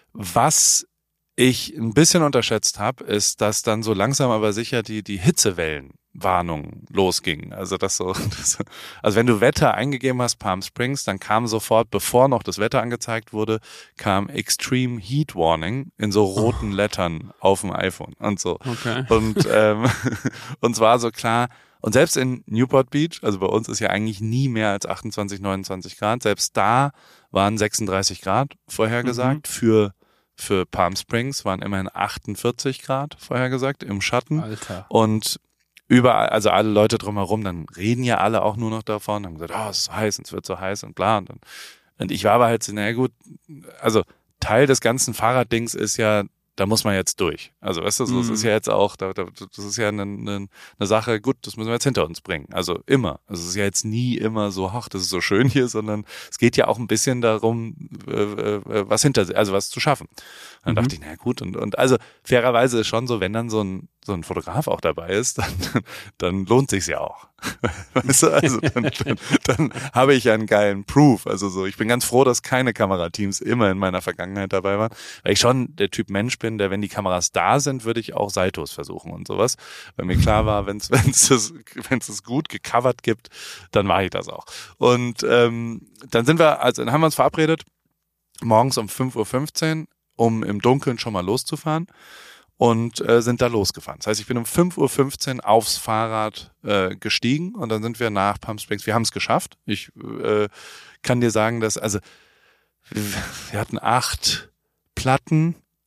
Was ich ein bisschen unterschätzt habe, ist, dass dann so langsam aber sicher die, die Hitzewellenwarnung losging. Also das so, das, also wenn du Wetter eingegeben hast, Palm Springs, dann kam sofort, bevor noch das Wetter angezeigt wurde, kam Extreme Heat Warning in so roten Oh. Lettern auf dem iPhone und so. Okay. Und ähm, uns war so klar, und selbst in Newport Beach, also bei uns ist ja eigentlich nie mehr als achtundzwanzig, neunundzwanzig Grad, selbst da waren sechsunddreißig Grad vorhergesagt. Mhm. Für für Palm Springs waren immerhin achtundvierzig Grad vorhergesagt im Schatten. Alter. Und überall, also alle Leute drumherum, dann reden ja alle auch nur noch davon, haben gesagt, oh, es ist so heiß und es wird so heiß und bla. Und, dann, und ich war aber halt so, naja gut, also Teil des ganzen Fahrraddings ist ja, da muss man jetzt durch. Also weißt du, so, das Mhm. ist ja jetzt auch, da, da, das ist ja eine, eine, eine Sache, gut, das müssen wir jetzt hinter uns bringen. Also immer. Also es ist ja jetzt nie immer so, ach, das ist so schön hier, sondern es geht ja auch ein bisschen darum, äh, äh, was hinter, also was zu schaffen. Und dann Mhm. dachte ich, na gut, und, und also fairerweise ist schon so, wenn dann so ein so ein Fotograf auch dabei ist, dann, dann lohnt sich's ja auch. Weißt du, also dann, dann, dann habe ich ja einen geilen Proof. Also so, ich bin ganz froh, dass keine Kamerateams immer in meiner Vergangenheit dabei waren, weil ich schon der Typ Mensch bin, der, wenn die Kameras da sind, würde ich auch Saltos versuchen und sowas. Weil mir klar war, wenn es wenn es wenn es gut gecovert gibt, dann mache ich das auch. Und ähm, dann sind wir, also dann haben wir uns verabredet, morgens um fünf Uhr fünfzehn, um im Dunkeln schon mal loszufahren. Und äh, sind da losgefahren. Das heißt, ich bin um fünf Uhr fünfzehn aufs Fahrrad äh, gestiegen und dann sind wir nach Palm Springs. Wir haben es geschafft. Ich äh, kann dir sagen, dass, also wir hatten acht Platten,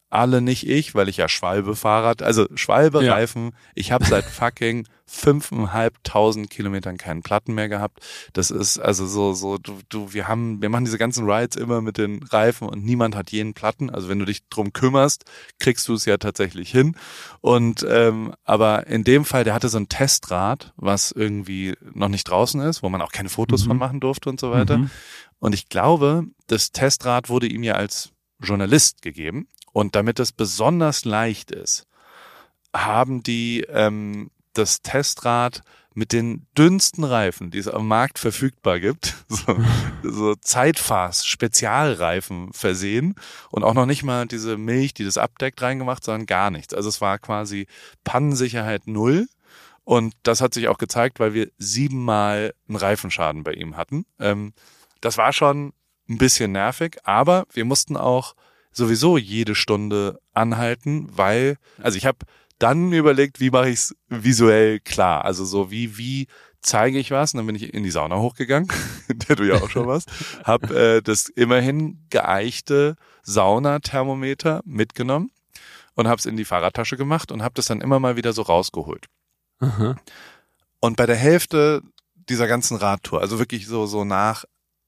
alle nicht ich, weil ich ja Schwalbe-Fahrrad, also Schwalbe-Reifen, ja. Ich habe seit fucking fünfeinhalbtausend Kilometern keinen Platten mehr gehabt. Das ist also so, so, du, du, wir haben, wir machen diese ganzen Rides immer mit den Reifen und niemand hat jeden Platten. Also wenn du dich drum kümmerst, kriegst du es ja tatsächlich hin. Und ähm, aber in dem Fall, der hatte so ein Testrad, was irgendwie noch nicht draußen ist, wo man auch keine Fotos mhm. von machen durfte und so weiter. Mhm. Und ich glaube, das Testrad wurde ihm ja als Journalist gegeben. Und damit es besonders leicht ist, haben die ähm, das Testrad mit den dünnsten Reifen, die es am Markt verfügbar gibt, so, so Zeitfahr-Spezialreifen versehen und auch noch nicht mal diese Milch, die das abdeckt, reingemacht, sondern gar nichts. Also es war quasi Pannensicherheit null. Und das hat sich auch gezeigt, weil wir siebenmal einen Reifenschaden bei ihm hatten. Ähm, das war schon ein bisschen nervig, aber wir mussten auch sowieso jede Stunde anhalten, weil, also ich habe dann überlegt, wie mache ich es visuell klar, also so wie wie zeige ich was, und dann bin ich in die Sauna hochgegangen, der du ja auch schon warst, habe äh, das immerhin geeichte Saunathermometer mitgenommen und habe es in die Fahrradtasche gemacht und habe das dann immer mal wieder so rausgeholt. Aha. Und bei der Hälfte dieser ganzen Radtour, also wirklich so so nach,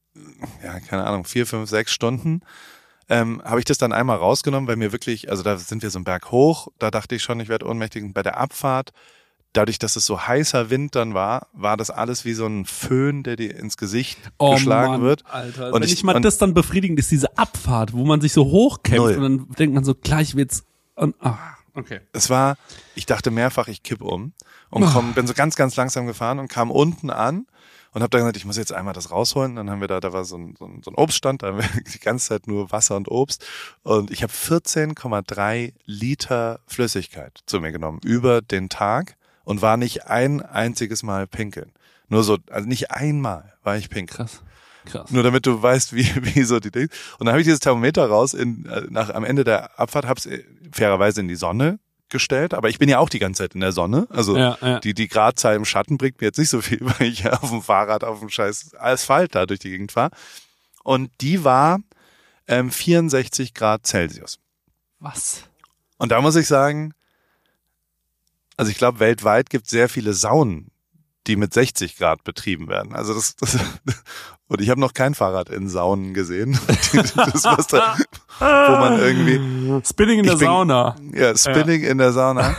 ja keine Ahnung, vier, fünf, sechs Stunden, Ähm, habe ich das dann einmal rausgenommen, weil mir wirklich, also da sind wir so einen Berg hoch, da dachte ich schon, ich werde ohnmächtig. Und bei der Abfahrt, dadurch, dass es so heißer Wind dann war, war das alles wie so ein Föhn, der dir ins Gesicht oh geschlagen Mann, wird. Alter, und wenn ich, ich mal und das dann befriedigend ist, diese Abfahrt, wo man sich so hochkämpft null. Und dann denkt man so, gleich wird's und ah, okay. Es war, ich dachte mehrfach, ich kipp um und komm, bin so ganz, ganz langsam gefahren und kam unten an. Und habe dann gesagt, ich muss jetzt einmal das rausholen. Dann haben wir da, da war so ein, so ein, so ein Obststand, da haben wir die ganze Zeit nur Wasser und Obst. Und ich habe vierzehn Komma drei Liter Flüssigkeit zu mir genommen über den Tag und war nicht ein einziges Mal pinkeln. Nur so, also nicht einmal war ich pinkeln. Krass. Krass. Nur damit du weißt, wie, wie so die Dinge. Und dann habe ich dieses Thermometer raus, in, nach, am Ende der Abfahrt, habe es fairerweise in die Sonne gestellt, aber ich bin ja auch die ganze Zeit in der Sonne, also ja, ja. die die Gradzahl im Schatten bringt mir jetzt nicht so viel, weil ich ja auf dem Fahrrad auf dem scheiß Asphalt da durch die Gegend fahre. Und die war ähm, vierundsechzig Grad Celsius. Was? Und da muss ich sagen, also ich glaube, weltweit gibt es sehr viele Saunen, die mit sechzig Grad betrieben werden. Also das, das und ich habe noch kein Fahrrad in Saunen gesehen. Das, was da, wo man irgendwie Spinning in der bin, Sauna. Ja, Spinning ja. in der Sauna.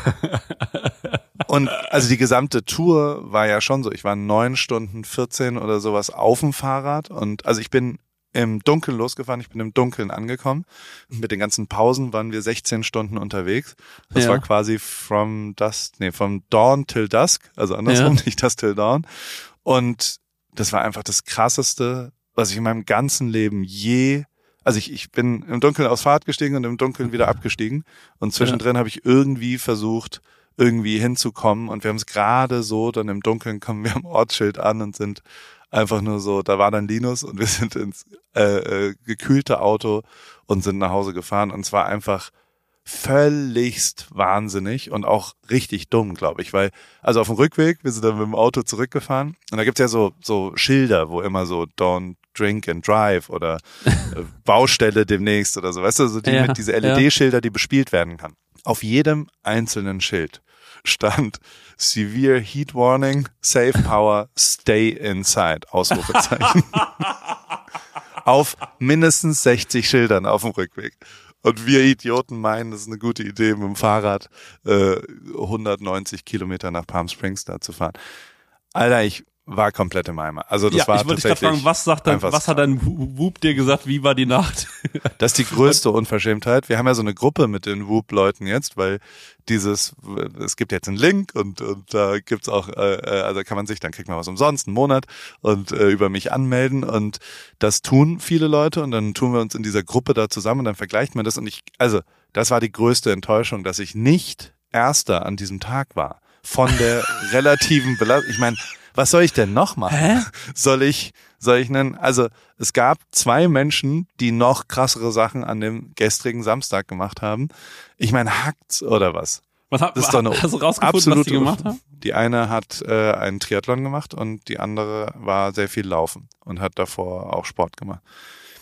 Und also die gesamte Tour war ja schon so. Ich war neun Stunden vierzehn oder sowas auf dem Fahrrad und also ich bin im Dunkeln losgefahren, ich bin im Dunkeln angekommen. Mit den ganzen Pausen waren wir sechzehn Stunden unterwegs. Das ja. war quasi from dusk, nee, from dawn till dusk, also andersrum, ja. nicht dusk till dawn. Und das war einfach das Krasseste, was ich in meinem ganzen Leben je, also ich, ich bin im Dunkeln aufs Fahrrad gestiegen und im Dunkeln wieder abgestiegen. Und zwischendrin ja. habe ich irgendwie versucht, irgendwie hinzukommen. Und wir haben es gerade so, dann im Dunkeln kommen wir am Ortsschild an und sind einfach nur so, da war dann Linus und wir sind ins äh, äh, gekühlte Auto und sind nach Hause gefahren. Und es war einfach völligst wahnsinnig und auch richtig dumm, glaube ich, weil, also auf dem Rückweg, wir sind dann mit dem Auto zurückgefahren und da gibt's ja so so Schilder, wo immer so don't drink and drive oder äh, Baustelle demnächst oder so, weißt du, so die ja, mit diese L E D-Schilder, die bespielt werden kann. Auf jedem einzelnen Schild stand Severe Heat Warning, Save Power, Stay Inside, Ausrufezeichen. Auf mindestens sechzig Schildern auf dem Rückweg. Und wir Idioten meinen, das ist eine gute Idee, mit dem Fahrrad äh, hundertneunzig Kilometer nach Palm Springs da zu fahren. Alter, ich war komplett im Eimer. Also das ja, war ich wollte dich gerade fragen, was sagt dein, was hat dein Whoop dir gesagt, wie war die Nacht? Das ist die größte Unverschämtheit. Wir haben ja so eine Gruppe mit den Whoop-Leuten jetzt, weil dieses, es gibt jetzt einen Link und, und da gibt's auch, äh, also kann man sich, dann kriegt man was umsonst, einen Monat und äh, über mich anmelden und das tun viele Leute und dann tun wir uns in dieser Gruppe da zusammen und dann vergleicht man das und ich, also das war die größte Enttäuschung, dass ich nicht Erster an diesem Tag war. Von der relativen Belastung. Ich meine, was soll ich denn noch machen? Hä? Soll ich, soll ich nennen? Also es gab zwei Menschen, die noch krassere Sachen an dem gestrigen Samstag gemacht haben. Ich meine, hackt's oder was? Was hat, das ist doch eine hast du rausgefunden, was die gemacht haben? Die eine hat äh, einen Triathlon gemacht und die andere war sehr viel laufen und hat davor auch Sport gemacht.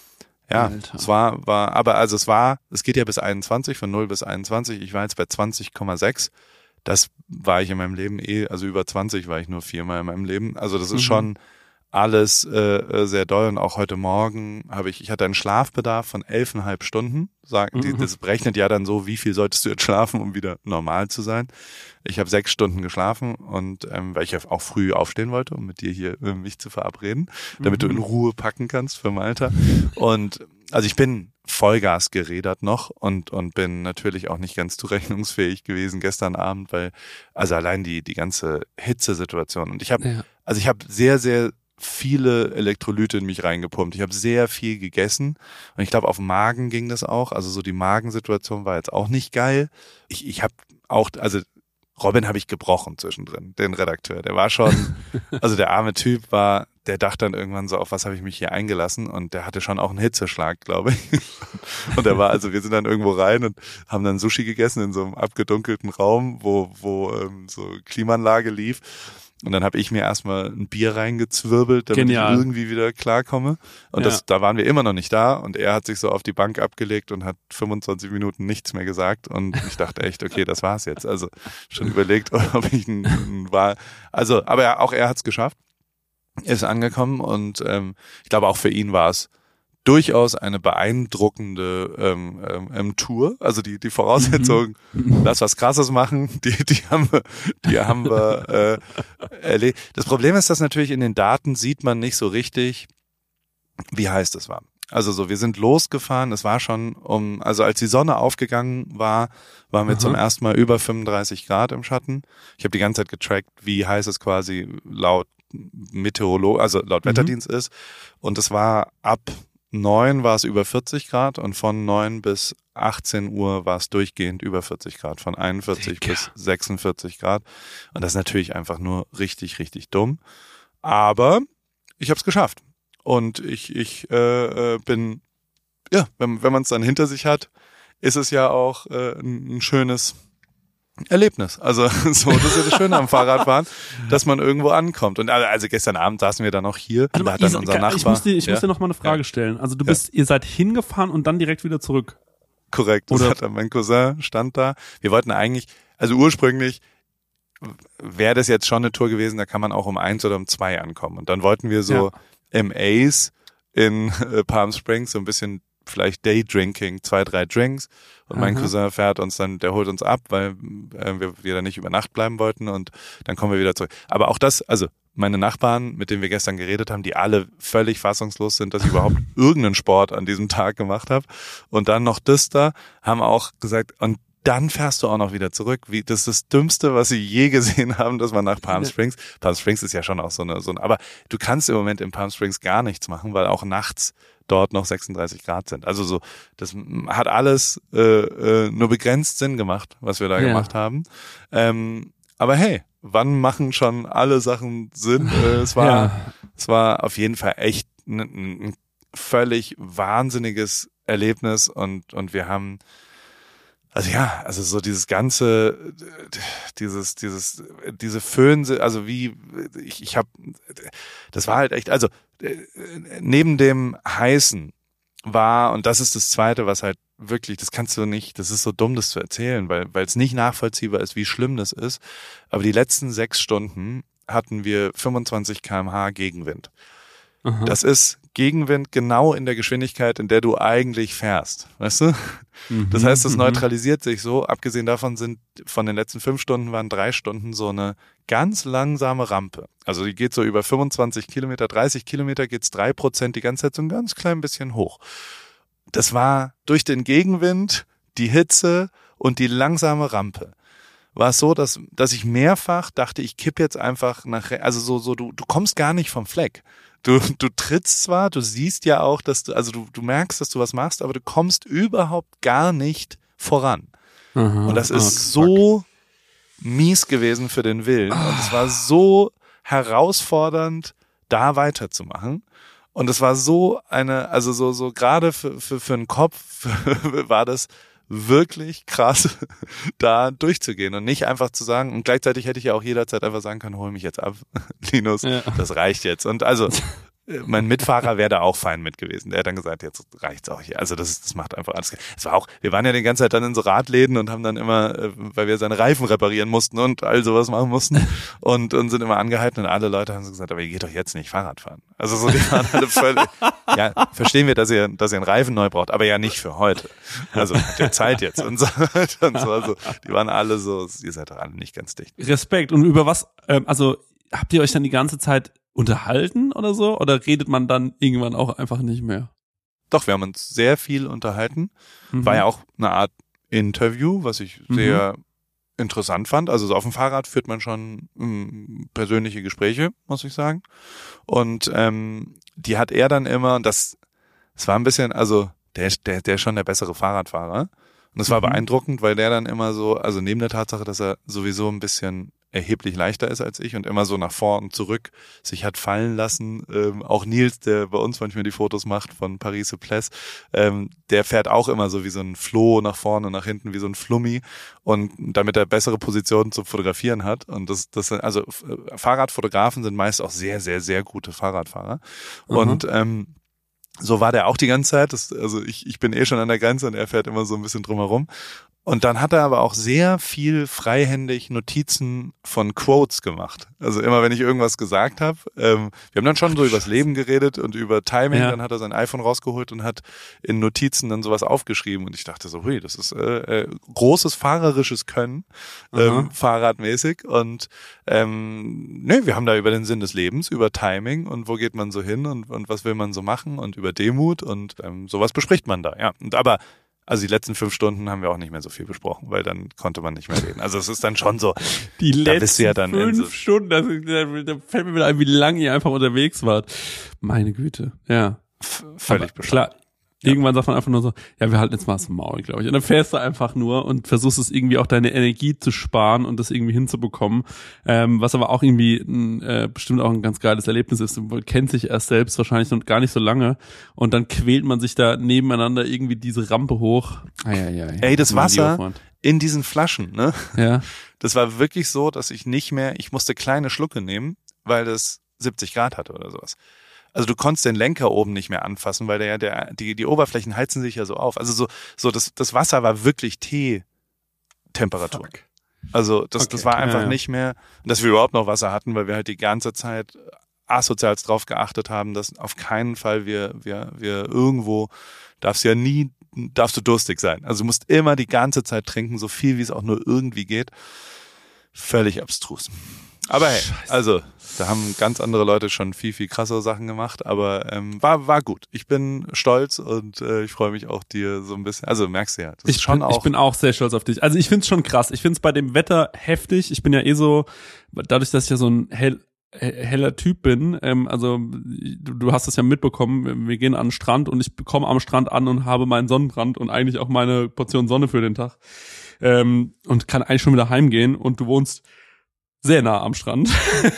Ja, Alter. es war, war, aber also es war, es geht ja bis einundzwanzig, von null bis einundzwanzig. Ich war jetzt bei zwanzig Komma sechs. Das war ich in meinem Leben eh, also über zwanzig war ich nur viermal in meinem Leben. Also das ist mhm. schon alles äh, sehr doll. Und auch heute Morgen habe ich, ich hatte einen Schlafbedarf von elfeinhalb Stunden. Sagen, die, das berechnet ja dann so, wie viel solltest du jetzt schlafen, um wieder normal zu sein. Ich habe sechs Stunden geschlafen und ähm, weil ich ja auch früh aufstehen wollte, um mit dir hier äh, mich zu verabreden, damit mhm. du in Ruhe packen kannst für Malta. Und also ich bin Vollgas gerädert noch und und bin natürlich auch nicht ganz zurechnungsfähig gewesen gestern Abend, weil also allein die die ganze Hitzesituation und ich habe ja. also ich habe sehr sehr viele Elektrolyte in mich reingepumpt. Ich habe sehr viel gegessen und ich glaube auf dem Magen ging das auch, also so die Magensituation war jetzt auch nicht geil. Ich ich habe auch also Robin habe ich gebrochen zwischendrin, den Redakteur. Der war schon, also der arme Typ war, der dachte dann irgendwann so, auf was habe ich mich hier eingelassen? Und der hatte schon auch einen Hitzeschlag, glaube ich. Und der war, also wir sind dann irgendwo rein und haben dann Sushi gegessen in so einem abgedunkelten Raum, wo wo ähm, so Klimaanlage lief. Und dann habe ich mir erstmal ein Bier reingezwirbelt, damit Genial. ich irgendwie wieder klarkomme. Und ja. das, da waren wir immer noch nicht da. Und er hat sich so auf die Bank abgelegt und hat fünfundzwanzig Minuten nichts mehr gesagt. Und ich dachte echt, okay, das war's jetzt. Also schon überlegt, ob ich ein, ein war. Also, aber ja, auch er hat's geschafft. Ist angekommen. Und ähm, ich glaube, auch für ihn war es durchaus eine beeindruckende ähm, ähm, Tour. Also die die Voraussetzungen, mhm. lass was Krasses machen, die die haben wir, die haben wir äh, erlebt. Das Problem ist, dass natürlich in den Daten sieht man nicht so richtig, wie heiß das war. Also so, wir sind losgefahren, es war schon um, also als die Sonne aufgegangen war, waren wir mhm. zum ersten Mal über fünfunddreißig Grad im Schatten. Ich habe die ganze Zeit getrackt, wie heiß es quasi laut Meteorolog, also laut mhm. Wetterdienst ist. Und es war ab neun war es über vierzig Grad und von neun bis achtzehn Uhr war es durchgehend über vierzig Grad, von einundvierzig Dicker. bis sechsundvierzig Grad. Und das ist natürlich einfach nur richtig, richtig dumm. Aber ich habe es geschafft. Und ich ich äh, bin, ja, wenn, wenn man es dann hinter sich hat, ist es ja auch äh, ein, ein schönes Erlebnis. Also so, das ist ja das Schöne am Fahrradfahren, dass man irgendwo ankommt. Und also gestern Abend saßen wir dann noch hier. Also, da hat dann ich, unser Nachbar. Ich muss dir, ich ja? muss dir noch mal eine Frage ja. stellen. Also du bist, ja. ihr seid hingefahren und dann direkt wieder zurück. Korrekt. Das hat dann mein Cousin stand da. Wir wollten eigentlich, also ursprünglich wäre das jetzt schon eine Tour gewesen, da kann man auch um eins oder um zwei ankommen. Und dann wollten wir so ja. M As in äh, Palm Springs so ein bisschen vielleicht Daydrinking, zwei, drei Drinks und mein Aha. Cousin fährt uns dann, der holt uns ab, weil äh, wir, wir da nicht über Nacht bleiben wollten und dann kommen wir wieder zurück. Aber auch das, also meine Nachbarn, mit denen wir gestern geredet haben, die alle völlig fassungslos sind, dass ich überhaupt irgendeinen Sport an diesem Tag gemacht habe und dann noch das da, haben auch gesagt, und dann fährst du auch noch wieder zurück. Wie, das ist das Dümmste, was sie je gesehen haben, dass man nach Palm Springs, Palm Springs ist ja schon auch so eine, so eine, aber du kannst im Moment in Palm Springs gar nichts machen, weil auch nachts dort noch sechsunddreißig Grad sind. Also so, das hat alles äh, äh, nur begrenzt Sinn gemacht, was wir da ja. gemacht haben. Ähm, aber hey, wann machen schon alle Sachen Sinn? Äh, es war, ja. es war auf jeden Fall echt ein, ein völlig wahnsinniges Erlebnis und und wir haben Also ja, also so dieses ganze, dieses, dieses, diese Föhn, also wie, ich, ich habe, das war halt echt, also neben dem Heißen war, und das ist das Zweite, was halt wirklich, das kannst du nicht, das ist so dumm, das zu erzählen, weil weil es nicht nachvollziehbar ist, wie schlimm das ist, aber die letzten sechs Stunden hatten wir fünfundzwanzig Kilometer pro Stunde Gegenwind. Aha. Das ist Gegenwind genau in der Geschwindigkeit, in der du eigentlich fährst, weißt du? Mhm, das heißt, das mhm. neutralisiert sich so. Abgesehen davon sind von den letzten fünf Stunden waren drei Stunden so eine ganz langsame Rampe. Also die geht so über fünfundzwanzig Kilometer, dreißig Kilometer geht's drei Prozent die ganze Zeit so ein ganz klein bisschen hoch. Das war durch den Gegenwind, die Hitze und die langsame Rampe. War es so, dass dass ich mehrfach dachte, ich kipp jetzt einfach nach, also so so du du kommst gar nicht vom Fleck. Du du trittst zwar, du siehst ja auch, dass du also du du merkst, dass du was machst, aber du kommst überhaupt gar nicht voran. Aha, und das ist oh, so mies gewesen für den Willen und es war so herausfordernd, da weiterzumachen. Und es war so eine, also so so gerade für für für den Kopf war das wirklich krass, da durchzugehen und nicht einfach zu sagen, und gleichzeitig hätte ich ja auch jederzeit einfach sagen können, hol mich jetzt ab, Linus, ja. das reicht jetzt. Und also mein Mitfahrer wäre da auch fein mit gewesen. Der hat dann gesagt, jetzt reicht's auch hier. Also das, das macht einfach alles. Es war auch, wir waren ja die ganze Zeit dann in so Radläden und haben dann immer, äh, weil wir seine Reifen reparieren mussten und all sowas machen mussten und, und sind immer angehalten und alle Leute haben so gesagt, aber ihr geht doch jetzt nicht Fahrrad fahren. Also so, die waren alle völlig, ja, verstehen wir, dass ihr, dass ihr einen Reifen neu braucht, aber ja nicht für heute. Also habt ihr Zeit jetzt und so, und so also, die waren alle so, ihr seid doch alle nicht ganz dicht. Respekt. Und über was, ähm, also habt ihr euch dann die ganze Zeit unterhalten oder so? Oder redet man dann irgendwann auch einfach nicht mehr? Doch, wir haben uns sehr viel unterhalten. Mhm. War ja auch eine Art Interview, was ich sehr mhm. interessant fand. Also so auf dem Fahrrad führt man schon mh, persönliche Gespräche, muss ich sagen. Und ähm, die hat er dann immer, das, das war ein bisschen, also der, der, der ist schon der bessere Fahrradfahrer. Und das war mhm. beeindruckend, weil der dann immer so, also neben der Tatsache, dass er sowieso ein bisschen erheblich leichter ist als ich und immer so nach vor und zurück sich hat fallen lassen. Ähm, auch Nils, der bei uns manchmal die Fotos macht von Paris-Souplesse, ähm, der fährt auch immer so wie so ein Floh nach vorne und nach hinten, wie so ein Flummi und damit er bessere Positionen zum Fotografieren hat. Und das, das also Fahrradfotografen sind meist auch sehr, sehr, sehr gute Fahrradfahrer. Mhm. Und ähm, so war der auch die ganze Zeit. Das, also ich, ich bin eh schon an der Grenze und er fährt immer so ein bisschen drumherum. Und dann hat er aber auch sehr viel freihändig Notizen von Quotes gemacht. Also immer, wenn ich irgendwas gesagt habe, ähm, wir haben dann schon so übers Leben geredet und über Timing, ja. Dann hat er sein iPhone rausgeholt und hat in Notizen dann sowas aufgeschrieben. Und ich dachte so, hui, das ist äh, äh, großes fahrerisches Können, ähm, fahrradmäßig. Und ähm, ne, wir haben da über den Sinn des Lebens, über Timing und wo geht man so hin und, und was will man so machen und über Demut und ähm, sowas bespricht man da. Ja, und aber also die letzten fünf Stunden haben wir auch nicht mehr so viel besprochen, weil dann konnte man nicht mehr reden. Also es ist dann schon so. Die letzten ja dann fünf so Stunden, da, da fällt mir wieder ein, wie lange ihr einfach unterwegs wart. Meine Güte, ja. F- völlig bescheuert. Klar, ja. Irgendwann sagt man einfach nur so, ja, wir halten jetzt mal das Maul, glaube ich. Und dann fährst du einfach nur und versuchst es irgendwie auch deine Energie zu sparen und das irgendwie hinzubekommen. Ähm, was aber auch irgendwie ein, äh, bestimmt auch ein ganz geiles Erlebnis ist. Man kennt sich erst selbst wahrscheinlich noch gar nicht so lange und dann quält man sich da nebeneinander irgendwie diese Rampe hoch. Ah, ja, ja, ja. Ey, das Wasser in diesen Flaschen, ne? Ja. Das war wirklich so, dass ich nicht mehr, ich musste kleine Schlucke nehmen, weil das siebzig Grad hatte oder sowas. Also du konntest den Lenker oben nicht mehr anfassen, weil der ja der die die Oberflächen heizen sich ja so auf. Also so so das das Wasser war wirklich Teetemperatur. Fuck. Also das okay. das war einfach ja, ja. nicht mehr, dass wir überhaupt noch Wasser hatten, weil wir halt die ganze Zeit asozialst drauf geachtet haben, dass auf keinen Fall wir wir wir irgendwo darfst ja nie darfst du durstig sein. Also du musst immer die ganze Zeit trinken, so viel wie es auch nur irgendwie geht. Völlig abstrus. Aber hey, also da haben ganz andere Leute schon viel, viel krassere Sachen gemacht, aber ähm, war war gut. Ich bin stolz und äh, ich freue mich auch, dir so ein bisschen, also merkst du ja, das ich ist schon bin, auch. Ich bin auch sehr stolz auf dich. Also ich find's schon krass. Ich find's bei dem Wetter heftig. Ich bin ja eh so, dadurch, dass ich ja so ein hell, heller Typ bin, ähm, also du, du hast es ja mitbekommen, wir gehen an den Strand und ich komme am Strand an und habe meinen Sonnenbrand und eigentlich auch meine Portion Sonne für den Tag ähm, und kann eigentlich schon wieder heimgehen und du wohnst sehr nah am Strand.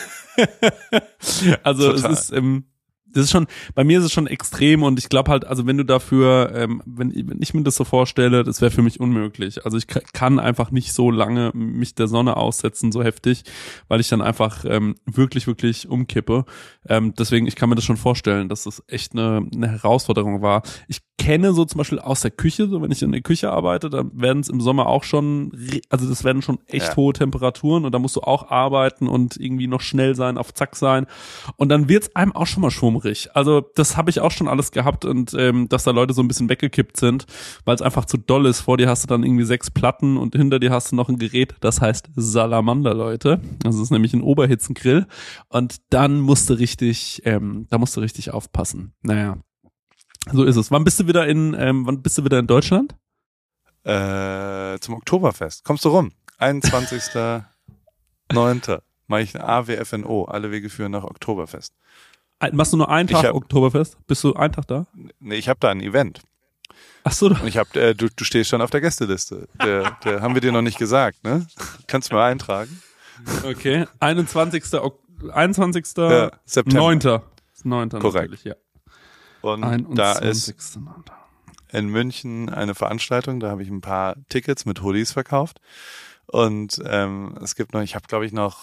Also Total. es ist, ähm, das ist schon, bei mir ist es schon extrem und ich glaube halt, also wenn du dafür, ähm, wenn, wenn ich mir das so vorstelle, das wäre für mich unmöglich. Also ich k- kann einfach nicht so lange mich der Sonne aussetzen, so heftig, weil ich dann einfach ähm, wirklich, wirklich umkippe. Ähm, deswegen, ich kann mir das schon vorstellen, dass das echt eine, eine Herausforderung war. Ich kenne so zum Beispiel aus der Küche, so wenn ich in der Küche arbeite, da werden es im Sommer auch schon, also das werden schon echt ja. hohe Temperaturen und da musst du auch arbeiten und irgendwie noch schnell sein, auf Zack sein und dann wird's einem auch schon mal schwummrig. Also das habe ich auch schon alles gehabt und ähm, dass da Leute so ein bisschen weggekippt sind, weil es einfach zu doll ist. Vor dir hast du dann irgendwie sechs Platten und hinter dir hast du noch ein Gerät, das heißt Salamander, Leute. Das ist nämlich ein Oberhitzengrill und dann musst du richtig, ähm, da musst du richtig aufpassen. Naja. So ist es. Wann bist du wieder in, ähm, wann bist du wieder in Deutschland? Äh, zum Oktoberfest. Kommst du rum? einundzwanzigster neunter mache ich eine A W F N O. Alle Wege führen nach Oktoberfest. Machst du nur einen Tag hab, Oktoberfest? Bist du einen Tag da? Nee, ich habe da ein Event. Ach so. Und ich hab, äh, du, du stehst schon auf der Gästeliste. Der, der haben wir dir noch nicht gesagt, ne? Kannst du mal eintragen. Okay. einundzwanzigster einundzwanzigster Ja, September. neunter neunter Korrekt. Natürlich, ja. Und da ist in München eine Veranstaltung, da habe ich ein paar Tickets mit Hoodies verkauft. Und ähm, es gibt noch, ich habe glaube ich noch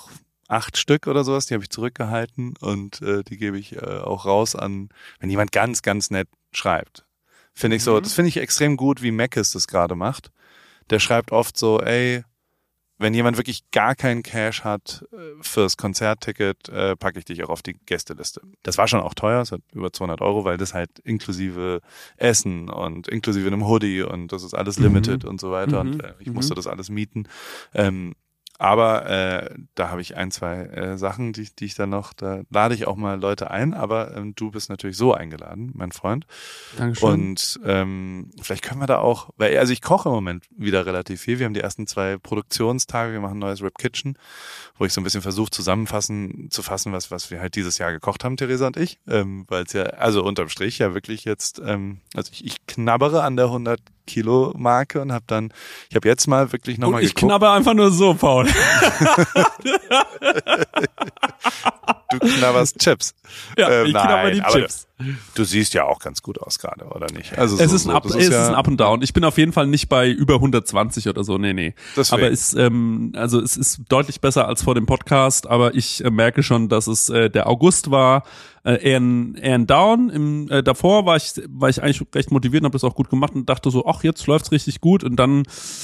acht Stück oder sowas, die habe ich zurückgehalten und äh, die gebe ich äh, auch raus an, wenn jemand ganz, ganz nett schreibt. Finde ich so, das finde ich extrem gut, wie Mackes das gerade macht. Der schreibt oft so, ey, wenn jemand wirklich gar keinen Cash hat äh, fürs Konzertticket, äh, packe ich dich auch auf die Gästeliste. Das war schon auch teuer, es hat über zweihundert Euro, weil das halt inklusive Essen und inklusive einem Hoodie und das ist alles limited mhm. und so weiter Mhm. und äh, ich Mhm. musste das alles mieten. Ähm, aber äh, da habe ich ein, zwei äh, Sachen, die, die ich dann noch, da lade ich auch mal Leute ein, aber ähm, du bist natürlich so eingeladen, mein Freund. Dankeschön. Und ähm, vielleicht können wir da auch, weil also ich koche im Moment wieder relativ viel. Wir haben die ersten zwei Produktionstage, wir machen ein neues Rap Kitchen, wo ich so ein bisschen versuche zusammenfassen, zu fassen, was was wir halt dieses Jahr gekocht haben, Theresa und ich, ähm, weil es ja, also unterm Strich ja wirklich jetzt, ähm, also ich, ich knabbere an der hundert Kilo Marke und habe dann, ich habe jetzt mal wirklich Und nochmal ich geguckt. knabber einfach nur so, Paul. Du knabberst Chips. Ja, Ähm, ich knabber nein, die aber Chips. Du siehst ja auch ganz gut aus gerade, oder nicht? Also Es so, ist ein so, Up, das es ist ja, ein Up und Down. Ich bin auf jeden Fall nicht bei über hundertzwanzig oder so, nee, nee. Deswegen. Aber es, ähm, also es ist deutlich besser als vor dem Podcast, aber ich äh, merke schon, dass es äh, der August war, äh, eher ein, eher ein Down. Im, äh, davor war ich, war ich eigentlich recht motiviert und habe das auch gut gemacht und dachte so, ach, jetzt läuft's richtig gut und dann,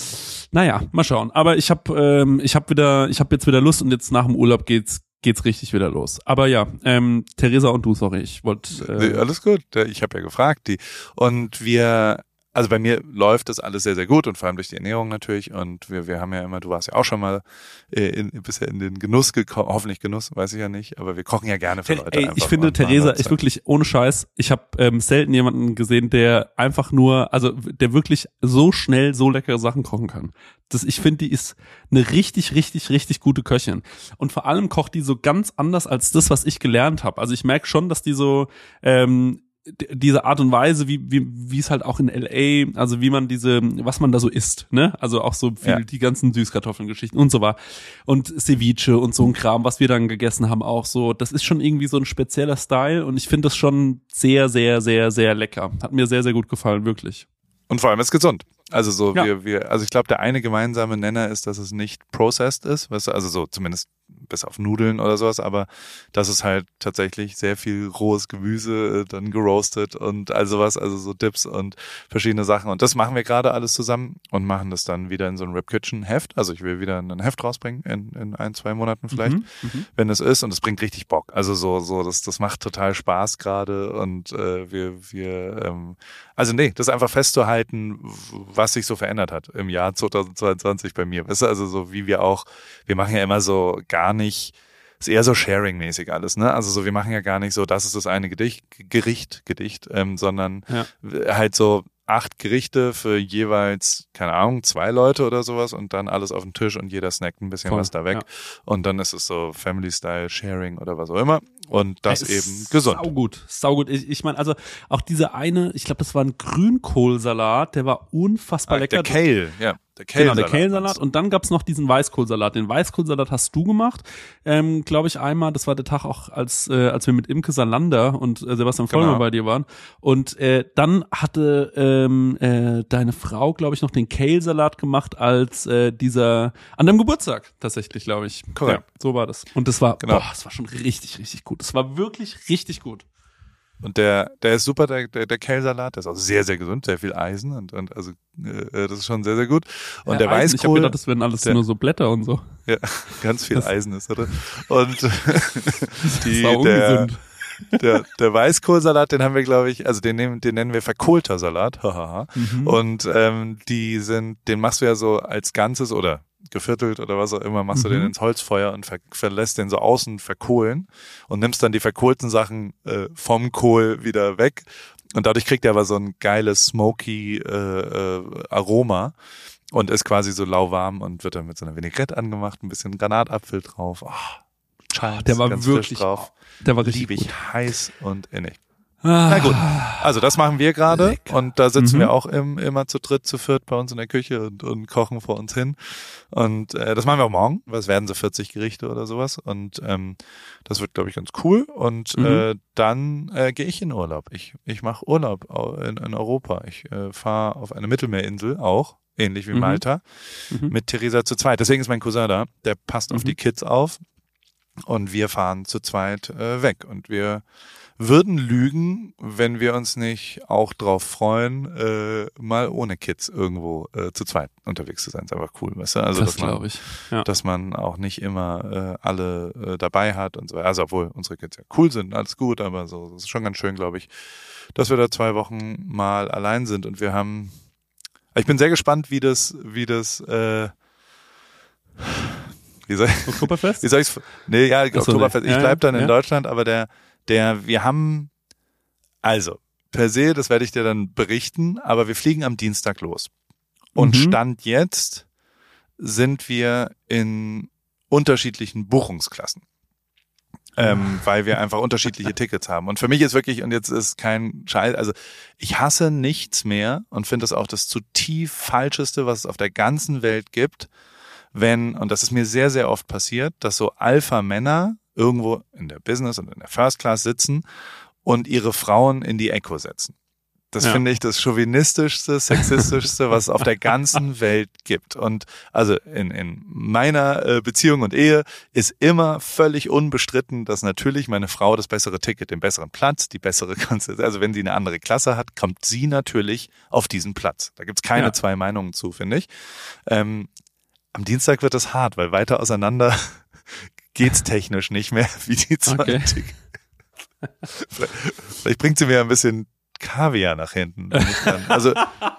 naja, mal schauen. Aber ich habe ähm, ich habe wieder, ich habe jetzt wieder Lust und jetzt nach dem Urlaub geht's geht's richtig wieder los. Aber ja, ähm, Theresa und du, sorry, ich wollte... Äh, Nee, alles gut. Ich habe ja gefragt, die. Und wir, also bei mir läuft das alles sehr, sehr gut und vor allem durch die Ernährung natürlich. Und wir, wir haben ja immer, du warst ja auch schon mal äh, in, bisher in den Genuss gekommen, hoffentlich Genuss, weiß ich ja nicht, aber wir kochen ja gerne für Leute. Ey, einfach ich finde, und machen Theresa das ist dann. wirklich ohne Scheiß. Ich habe ähm, selten jemanden gesehen, der einfach nur, also der wirklich so schnell so leckere Sachen kochen kann. Das, ich finde, die ist eine richtig, richtig, richtig gute Köchin. Und vor allem kocht die so ganz anders als das, was ich gelernt habe. Also ich merke schon, dass die so ähm, d- diese Art und Weise, wie wie wie es halt auch in L A, also wie man diese, was man da so isst, ne? Also auch so viel Ja. die ganzen Süßkartoffeln-Geschichten und so war. Und Ceviche und so ein Kram, was wir dann gegessen haben, auch so. Das ist schon irgendwie so ein spezieller Style und ich finde das schon sehr, sehr, sehr, sehr lecker. Hat mir sehr, sehr gut gefallen, wirklich. Und vor allem ist gesund. Also so, Ja. wir, wir, also ich glaube, der eine gemeinsame Nenner ist, dass es nicht processed ist, weißt du, also so zumindest bis auf Nudeln oder sowas, aber dass es halt tatsächlich sehr viel rohes Gemüse äh, dann geroastet und all sowas, also so Dips und verschiedene Sachen. Und das machen wir gerade alles zusammen und machen das dann wieder in so ein Rip Kitchen Heft. Also ich will wieder ein Heft rausbringen in, in ein, zwei Monaten vielleicht, Mhm, mhm. wenn es ist. Und es bringt richtig Bock. Also so, so, das, das macht total Spaß gerade und äh, wir, wir, ähm, also nee, das einfach festzuhalten, was sich so verändert hat im Jahr zweitausendzweiundzwanzig bei mir. Weißt du, also so wie wir auch, wir machen ja immer so gar nicht, ist eher so Sharing-mäßig alles, ne? Also so, wir machen ja gar nicht so, das ist das eine Gedicht, Gericht, Gedicht, ähm, sondern Ja. halt so acht Gerichte für jeweils, keine Ahnung, zwei Leute oder sowas und dann alles auf den Tisch und jeder snackt ein bisschen Voll, was da weg. ja. Und dann ist es so Family-Style, Sharing oder was auch immer. Und das Ey, eben gesund. Saugut, saugut. Ich, ich meine, also auch diese eine, ich glaube, das war ein Grünkohlsalat, der war unfassbar Ah, lecker. der Kale, ja. Der Genau, Kale-Salat. der Kale-Salat. Und dann gab's noch diesen Weißkohlsalat. Den Weißkohlsalat hast du gemacht, ähm, glaube ich, einmal. Das war der Tag auch, als äh, als wir mit Imke Salander und äh, Sebastian Vollmer Genau. bei dir waren. Und äh, dann hatte ähm, äh, deine Frau, glaube ich, noch den Kale-Salat gemacht als äh, dieser, an deinem Geburtstag tatsächlich, glaube ich. Korrekt. Ja, so war das. Und das war, Genau. boah, das war schon richtig, richtig gut. Das war wirklich richtig gut. Und der, der ist super, der, der, der Kale-Salat, der ist auch sehr, sehr gesund, sehr viel Eisen und, und also äh, das ist schon sehr, sehr gut. Und der Eisen, Ich habe Weißkohl, gedacht, das wären alles der- nur so Blätter und so. ja, ganz viel Eisen ist da drin. Und die, war der, ungesund. der, der Weißkohlsalat, den haben wir, glaube ich, also den nehmen, den nennen wir verkohlter Salat, hahaha. Mhm. Und ähm, die sind, den machst du ja so als Ganzes oder geviertelt oder was auch immer, machst du Mhm. den ins Holzfeuer und ver verlässt den so außen verkohlen und nimmst dann die verkohlten Sachen äh, vom Kohl wieder weg. Und dadurch kriegt er aber so ein geiles, smoky äh, äh, Aroma und ist quasi so lauwarm und wird dann mit so einer Vinaigrette angemacht, ein bisschen Granatapfel drauf. Oh, Chives, Der war ganz wirklich, frisch drauf. der war richtig Liebe ich gut. heiß und innig. Ah, Na gut, also das machen wir gerade Lecker. und da sitzen Mhm. wir auch im, immer zu dritt, zu viert bei uns in der Küche und, und kochen vor uns hin und äh, das machen wir auch morgen, weil es werden so vierzig Gerichte oder sowas und ähm, das wird, glaube ich, ganz cool und Mhm. äh, dann äh, gehe ich in Urlaub. Ich, ich mache Urlaub au- in, in Europa. Ich äh, fahre auf eine Mittelmeerinsel auch, ähnlich wie Mhm. Malta, Mhm. mit Theresa zu zweit. Deswegen ist mein Cousin da, der passt auf Mhm. die Kids auf. und wir fahren zu zweit äh, weg. Und wir würden lügen, wenn wir uns nicht auch drauf freuen, äh, mal ohne Kids irgendwo äh, zu zweit unterwegs zu sein. Ist einfach cool, weißt du? Also, das dass man, glaube ich. Ja. dass man auch nicht immer äh, alle äh, dabei hat und so. Also obwohl unsere Kids ja cool sind, alles gut, aber so, das ist schon ganz schön, glaube ich, dass wir da zwei Wochen mal allein sind. Und wir haben, ich bin sehr gespannt, wie das, wie das, äh, wie soll ich, Oktoberfest? Wie soll ich's, nee, ja, Achso, Oktoberfest. nee. Ich Ja, bleib dann in ja. Deutschland, aber der, der, wir haben, also, per se, das werde ich dir dann berichten, aber wir fliegen am Dienstag los. Und Mhm. Stand jetzt sind wir in unterschiedlichen Buchungsklassen. Ähm, weil wir einfach unterschiedliche Tickets haben. Und für mich ist wirklich, und jetzt ist kein Scheiß, also ich hasse nichts mehr und finde das auch das zutiefst Falscheste, was es auf der ganzen Welt gibt, wenn, und das ist mir sehr, sehr oft passiert, dass so Alpha-Männer irgendwo in der Business und in der First Class sitzen und ihre Frauen in die Echo setzen. Das Ja. finde ich das chauvinistischste, sexistischste, was es auf der ganzen Welt gibt. Und also in, in meiner äh, Beziehung und Ehe ist immer völlig unbestritten, dass natürlich meine Frau das bessere Ticket, den besseren Platz, die bessere Konstellation, also wenn sie eine andere Klasse hat, kommt sie natürlich auf diesen Platz. Da gibt's keine Ja. zwei Meinungen zu, finde ich. Ähm, am Dienstag wird es hart, weil weiter auseinander geht's technisch nicht mehr, wie die zwei Okay. Tickets. Vielleicht, vielleicht bringt sie mir ein bisschen Kaviar nach hinten. Wenn ich dann, also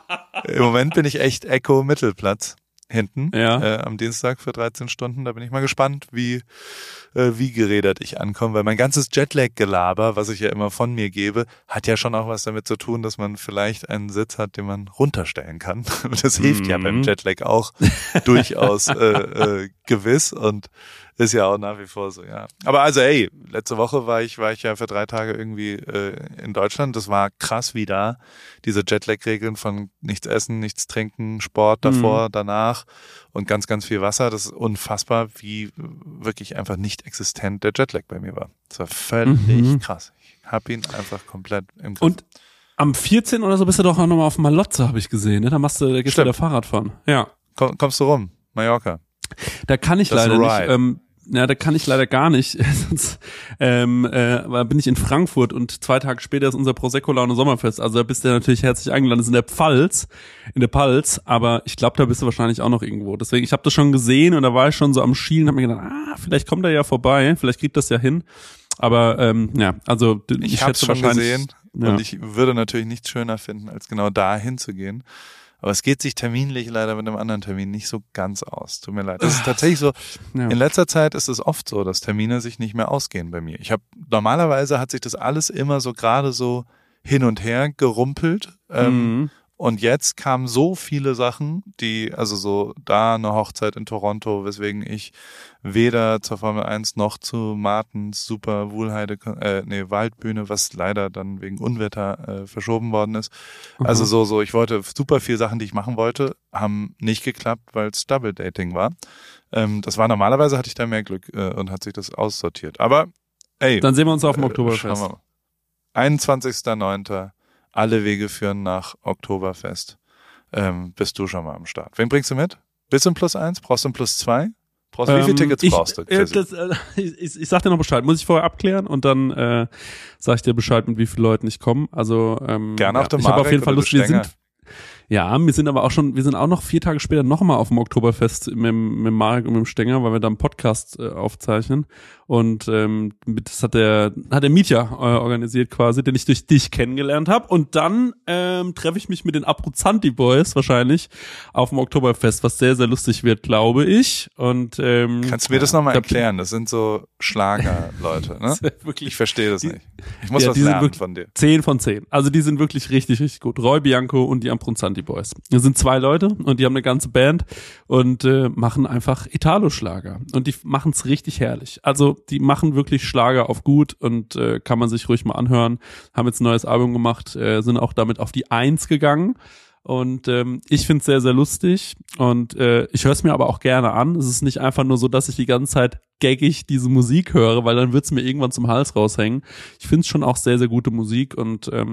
im Moment bin ich echt Echo Mittelplatz hinten Ja. äh, am Dienstag für dreizehn Stunden. Da bin ich mal gespannt, wie äh, wie gerädert ich ankomme, weil mein ganzes Jetlag-Gelaber, was ich ja immer von mir gebe, hat ja schon auch was damit zu tun, dass man vielleicht einen Sitz hat, den man runterstellen kann. Und das hilft ja Mhm. beim Jetlag auch durchaus äh, äh, gewiss und ist ja auch nach wie vor so, ja. Aber also, ey, letzte Woche war ich war ich ja für drei Tage irgendwie äh, in Deutschland. Das war krass, wie da diese Jetlag-Regeln von nichts essen, nichts trinken, Sport davor, danach und ganz, ganz viel Wasser. Das ist unfassbar, wie wirklich einfach nicht existent der Jetlag bei mir war. Das war völlig Mhm. krass. Ich hab ihn einfach komplett im Griff. Und am vierzehnten oder so bist du doch auch nochmal auf Malotze, habe ich gesehen. Ne? Da machst du, da gehst Stimmt. du wieder Fahrrad fahren. Ja. Komm, kommst du rum? Mallorca. Da kann ich Das ist leider ein nicht. Ride. Ähm, ja, da kann ich leider gar nicht. Sonst ähm, äh, weil bin ich in Frankfurt und zwei Tage später ist unser Prosecco-Laune Sommerfest. Also da bist du natürlich herzlich eingeladen. Das ist in der Pfalz, in der Palz. Aber ich glaube, da bist du wahrscheinlich auch noch irgendwo. Deswegen, ich habe das schon gesehen und da war ich schon so am Schielen und habe mir gedacht, ah, vielleicht kommt er ja vorbei. Vielleicht kriegt das ja hin. Aber ähm, ja, also Ich, ich, ich habe es schätze schon wahrscheinlich, gesehen ja. und ich würde natürlich nichts schöner finden, als genau da hinzugehen. Aber es geht sich terminlich leider mit einem anderen Termin nicht so ganz aus. Tut mir leid. Das ist tatsächlich so. Ja. In letzter Zeit ist es oft so, dass Termine sich nicht mehr ausgehen bei mir. Ich habe normalerweise hat sich das alles immer so gerade so hin und her gerumpelt. Ähm, Mhm. Und jetzt kamen so viele Sachen, die, also so da eine Hochzeit in Toronto, weswegen ich weder zur Formel eins noch zu Martens Super Wuhlheide, äh, nee, Waldbühne, was leider dann wegen Unwetter äh, verschoben worden ist. Also so, so, ich wollte super viele Sachen, die ich machen wollte, haben nicht geklappt, weil es Double Dating war. Ähm, das war normalerweise hatte ich da mehr Glück äh, und hat sich das aussortiert. Aber ey, Dann sehen wir uns auf dem äh, Oktoberfest. schauen wir mal. einundzwanzigster neunter Alle Wege führen nach Oktoberfest. Ähm, bist du schon mal am Start. Wen bringst du mit? Bist du ein Plus eins? Brauchst du ein Plus zwei? Brauchst, wie viele Ähm, Tickets ich, brauchst du? Äh, Chrissy? das, äh, ich, ich, ich sag dir noch Bescheid. Muss ich vorher abklären und dann äh, sag ich dir Bescheid, mit wie vielen Leuten ich komme. Also ähm, Gerne ja, auf dem ich habe auf Marek jeden Fall oder Lust. der Wir Stenger? sind ja, wir sind aber auch schon, wir sind auch noch vier Tage später nochmal auf dem Oktoberfest mit, dem- mit dem Marek und mit dem Stenger, weil wir da einen Podcast äh, aufzeichnen. Und ähm, mit- das hat der hat der Mietja äh, organisiert quasi, den ich durch dich kennengelernt habe. Und dann ähm, treffe ich mich mit den Abruzzanti Boys wahrscheinlich auf dem Oktoberfest, was sehr, sehr lustig wird, glaube ich. Und ähm, Kannst du mir das nochmal da- erklären? Das sind so Schlagerleute, ne? Wirklich Ich verstehe das nicht. Ich muss Ja, was die sind lernen wirklich- von dir. zehn von zehn. Also die sind wirklich richtig, richtig gut. Roy Bianco und die Abruzzanti Boys. Das sind zwei Leute und die haben eine ganze Band und äh, machen einfach Italo-Schlager. Und die machen es richtig herrlich. Also die machen wirklich Schlager auf gut und äh, kann man sich ruhig mal anhören. Haben jetzt ein neues Album gemacht, äh, sind auch damit auf die Eins gegangen. Und ähm, ich finde es sehr, sehr lustig und äh, ich höre es mir aber auch gerne an. Es ist nicht einfach nur so, dass ich die ganze Zeit gaggig diese Musik höre, weil dann wird es mir irgendwann zum Hals raushängen. Ich finde es schon auch sehr, sehr gute Musik und ähm,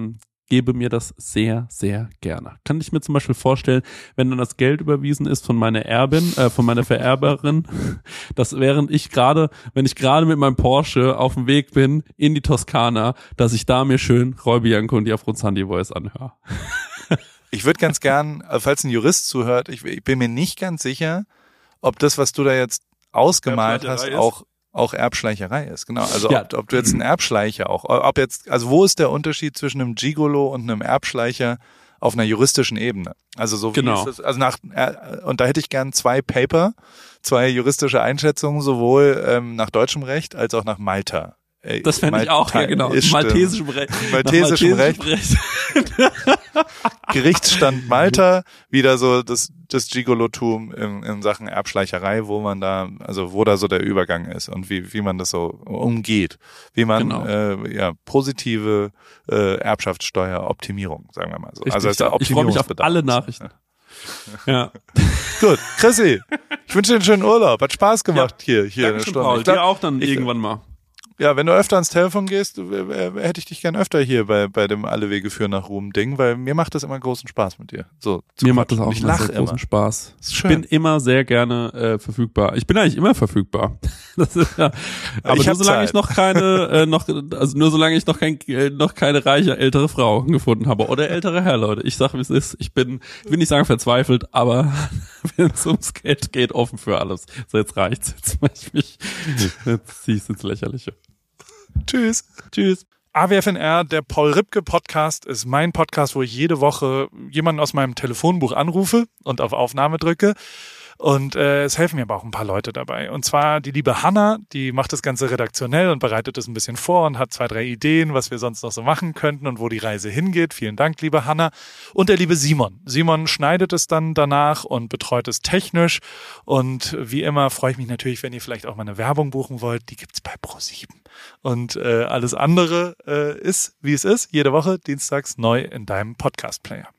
gebe mir das sehr, sehr gerne. Kann ich mir zum Beispiel vorstellen, wenn dann das Geld überwiesen ist von meiner Erbin, äh, von meiner Vererberin, dass während ich gerade, wenn ich gerade mit meinem Porsche auf dem Weg bin in die Toskana, dass ich da mir schön Roy Bianco und die Afro-Zandi Voice anhöre. Ich würde ganz gern, falls ein Jurist zuhört, ich, ich bin mir nicht ganz sicher, ob das, was du da jetzt ausgemalt hast, auch auch Erbschleicherei ist, genau. Also Ja. ob, ob du jetzt einen Erbschleicher auch, ob jetzt, also wo ist der Unterschied zwischen einem Gigolo und einem Erbschleicher auf einer juristischen Ebene? Also so wie Genau. ist das, also nach, und da hätte ich gern zwei Paper, zwei juristische Einschätzungen, sowohl ähm, nach deutschem Recht als auch nach Malta. Äh, Das fände ich auch, ja genau. Ist, Maltesischem Recht. Maltesischem Recht. Recht. Gerichtsstand Malta, wieder so das, das Gigolotum in, in Sachen Erbschleicherei, wo man da, also wo da so der Übergang ist und wie, wie man das so umgeht, wie man Genau. äh, ja positive äh, Erbschaftssteueroptimierung, sagen wir mal so. Richtig, also es ist der ja. Ich freue mich auf Optimierungsbedarf. alle Nachrichten. Ja. Gut, Chrissy, ich wünsche dir einen schönen Urlaub. Hat Spaß gemacht hier, hier eine Dankeschön, Stunde. Paul. Ich glaub, Dir auch dann ich- irgendwann mal. Ja, wenn du öfter ans Telefon gehst, äh, äh, hätte ich dich gern öfter hier bei bei dem Alle Wege führen nach Ruhm Ding, weil mir macht das immer großen Spaß mit dir. So, zu Mir macht das quatschen. auch ich immer lache sehr immer. großen Spaß. Das ist Ich schön. bin immer sehr gerne äh, verfügbar. Ich bin eigentlich immer verfügbar. Das ist, ja. Aber Ich nur hab solange Zeit. ich noch keine, äh, noch, also nur solange ich noch kein, äh, noch keine reiche ältere Frau gefunden habe oder ältere Herr, Leute. Ich sag, wie es ist. Ich bin, ich will nicht sagen verzweifelt, aber wenn es ums Geld geht, offen für alles. So, jetzt reicht's. Jetzt mach ich mich, jetzt zieh ich's ins Lächerliche. Tschüss. Tschüss. A W F N R, der Paul Ripke Podcast, ist mein Podcast, wo ich jede Woche jemanden aus meinem Telefonbuch anrufe und auf Aufnahme drücke. Und äh, es helfen mir aber auch ein paar Leute dabei. Und zwar die liebe Hanna, die macht das Ganze redaktionell und bereitet es ein bisschen vor und hat zwei, drei Ideen, was wir sonst noch so machen könnten und wo die Reise hingeht. Vielen Dank, liebe Hanna. Und der liebe Simon. Simon schneidet es dann danach und betreut es technisch. Und wie immer freue ich mich natürlich, wenn ihr vielleicht auch mal eine Werbung buchen wollt. Die gibt's bei ProSieben. Und äh, alles andere äh, ist, wie es ist, jede Woche dienstags neu in deinem Podcast-Player.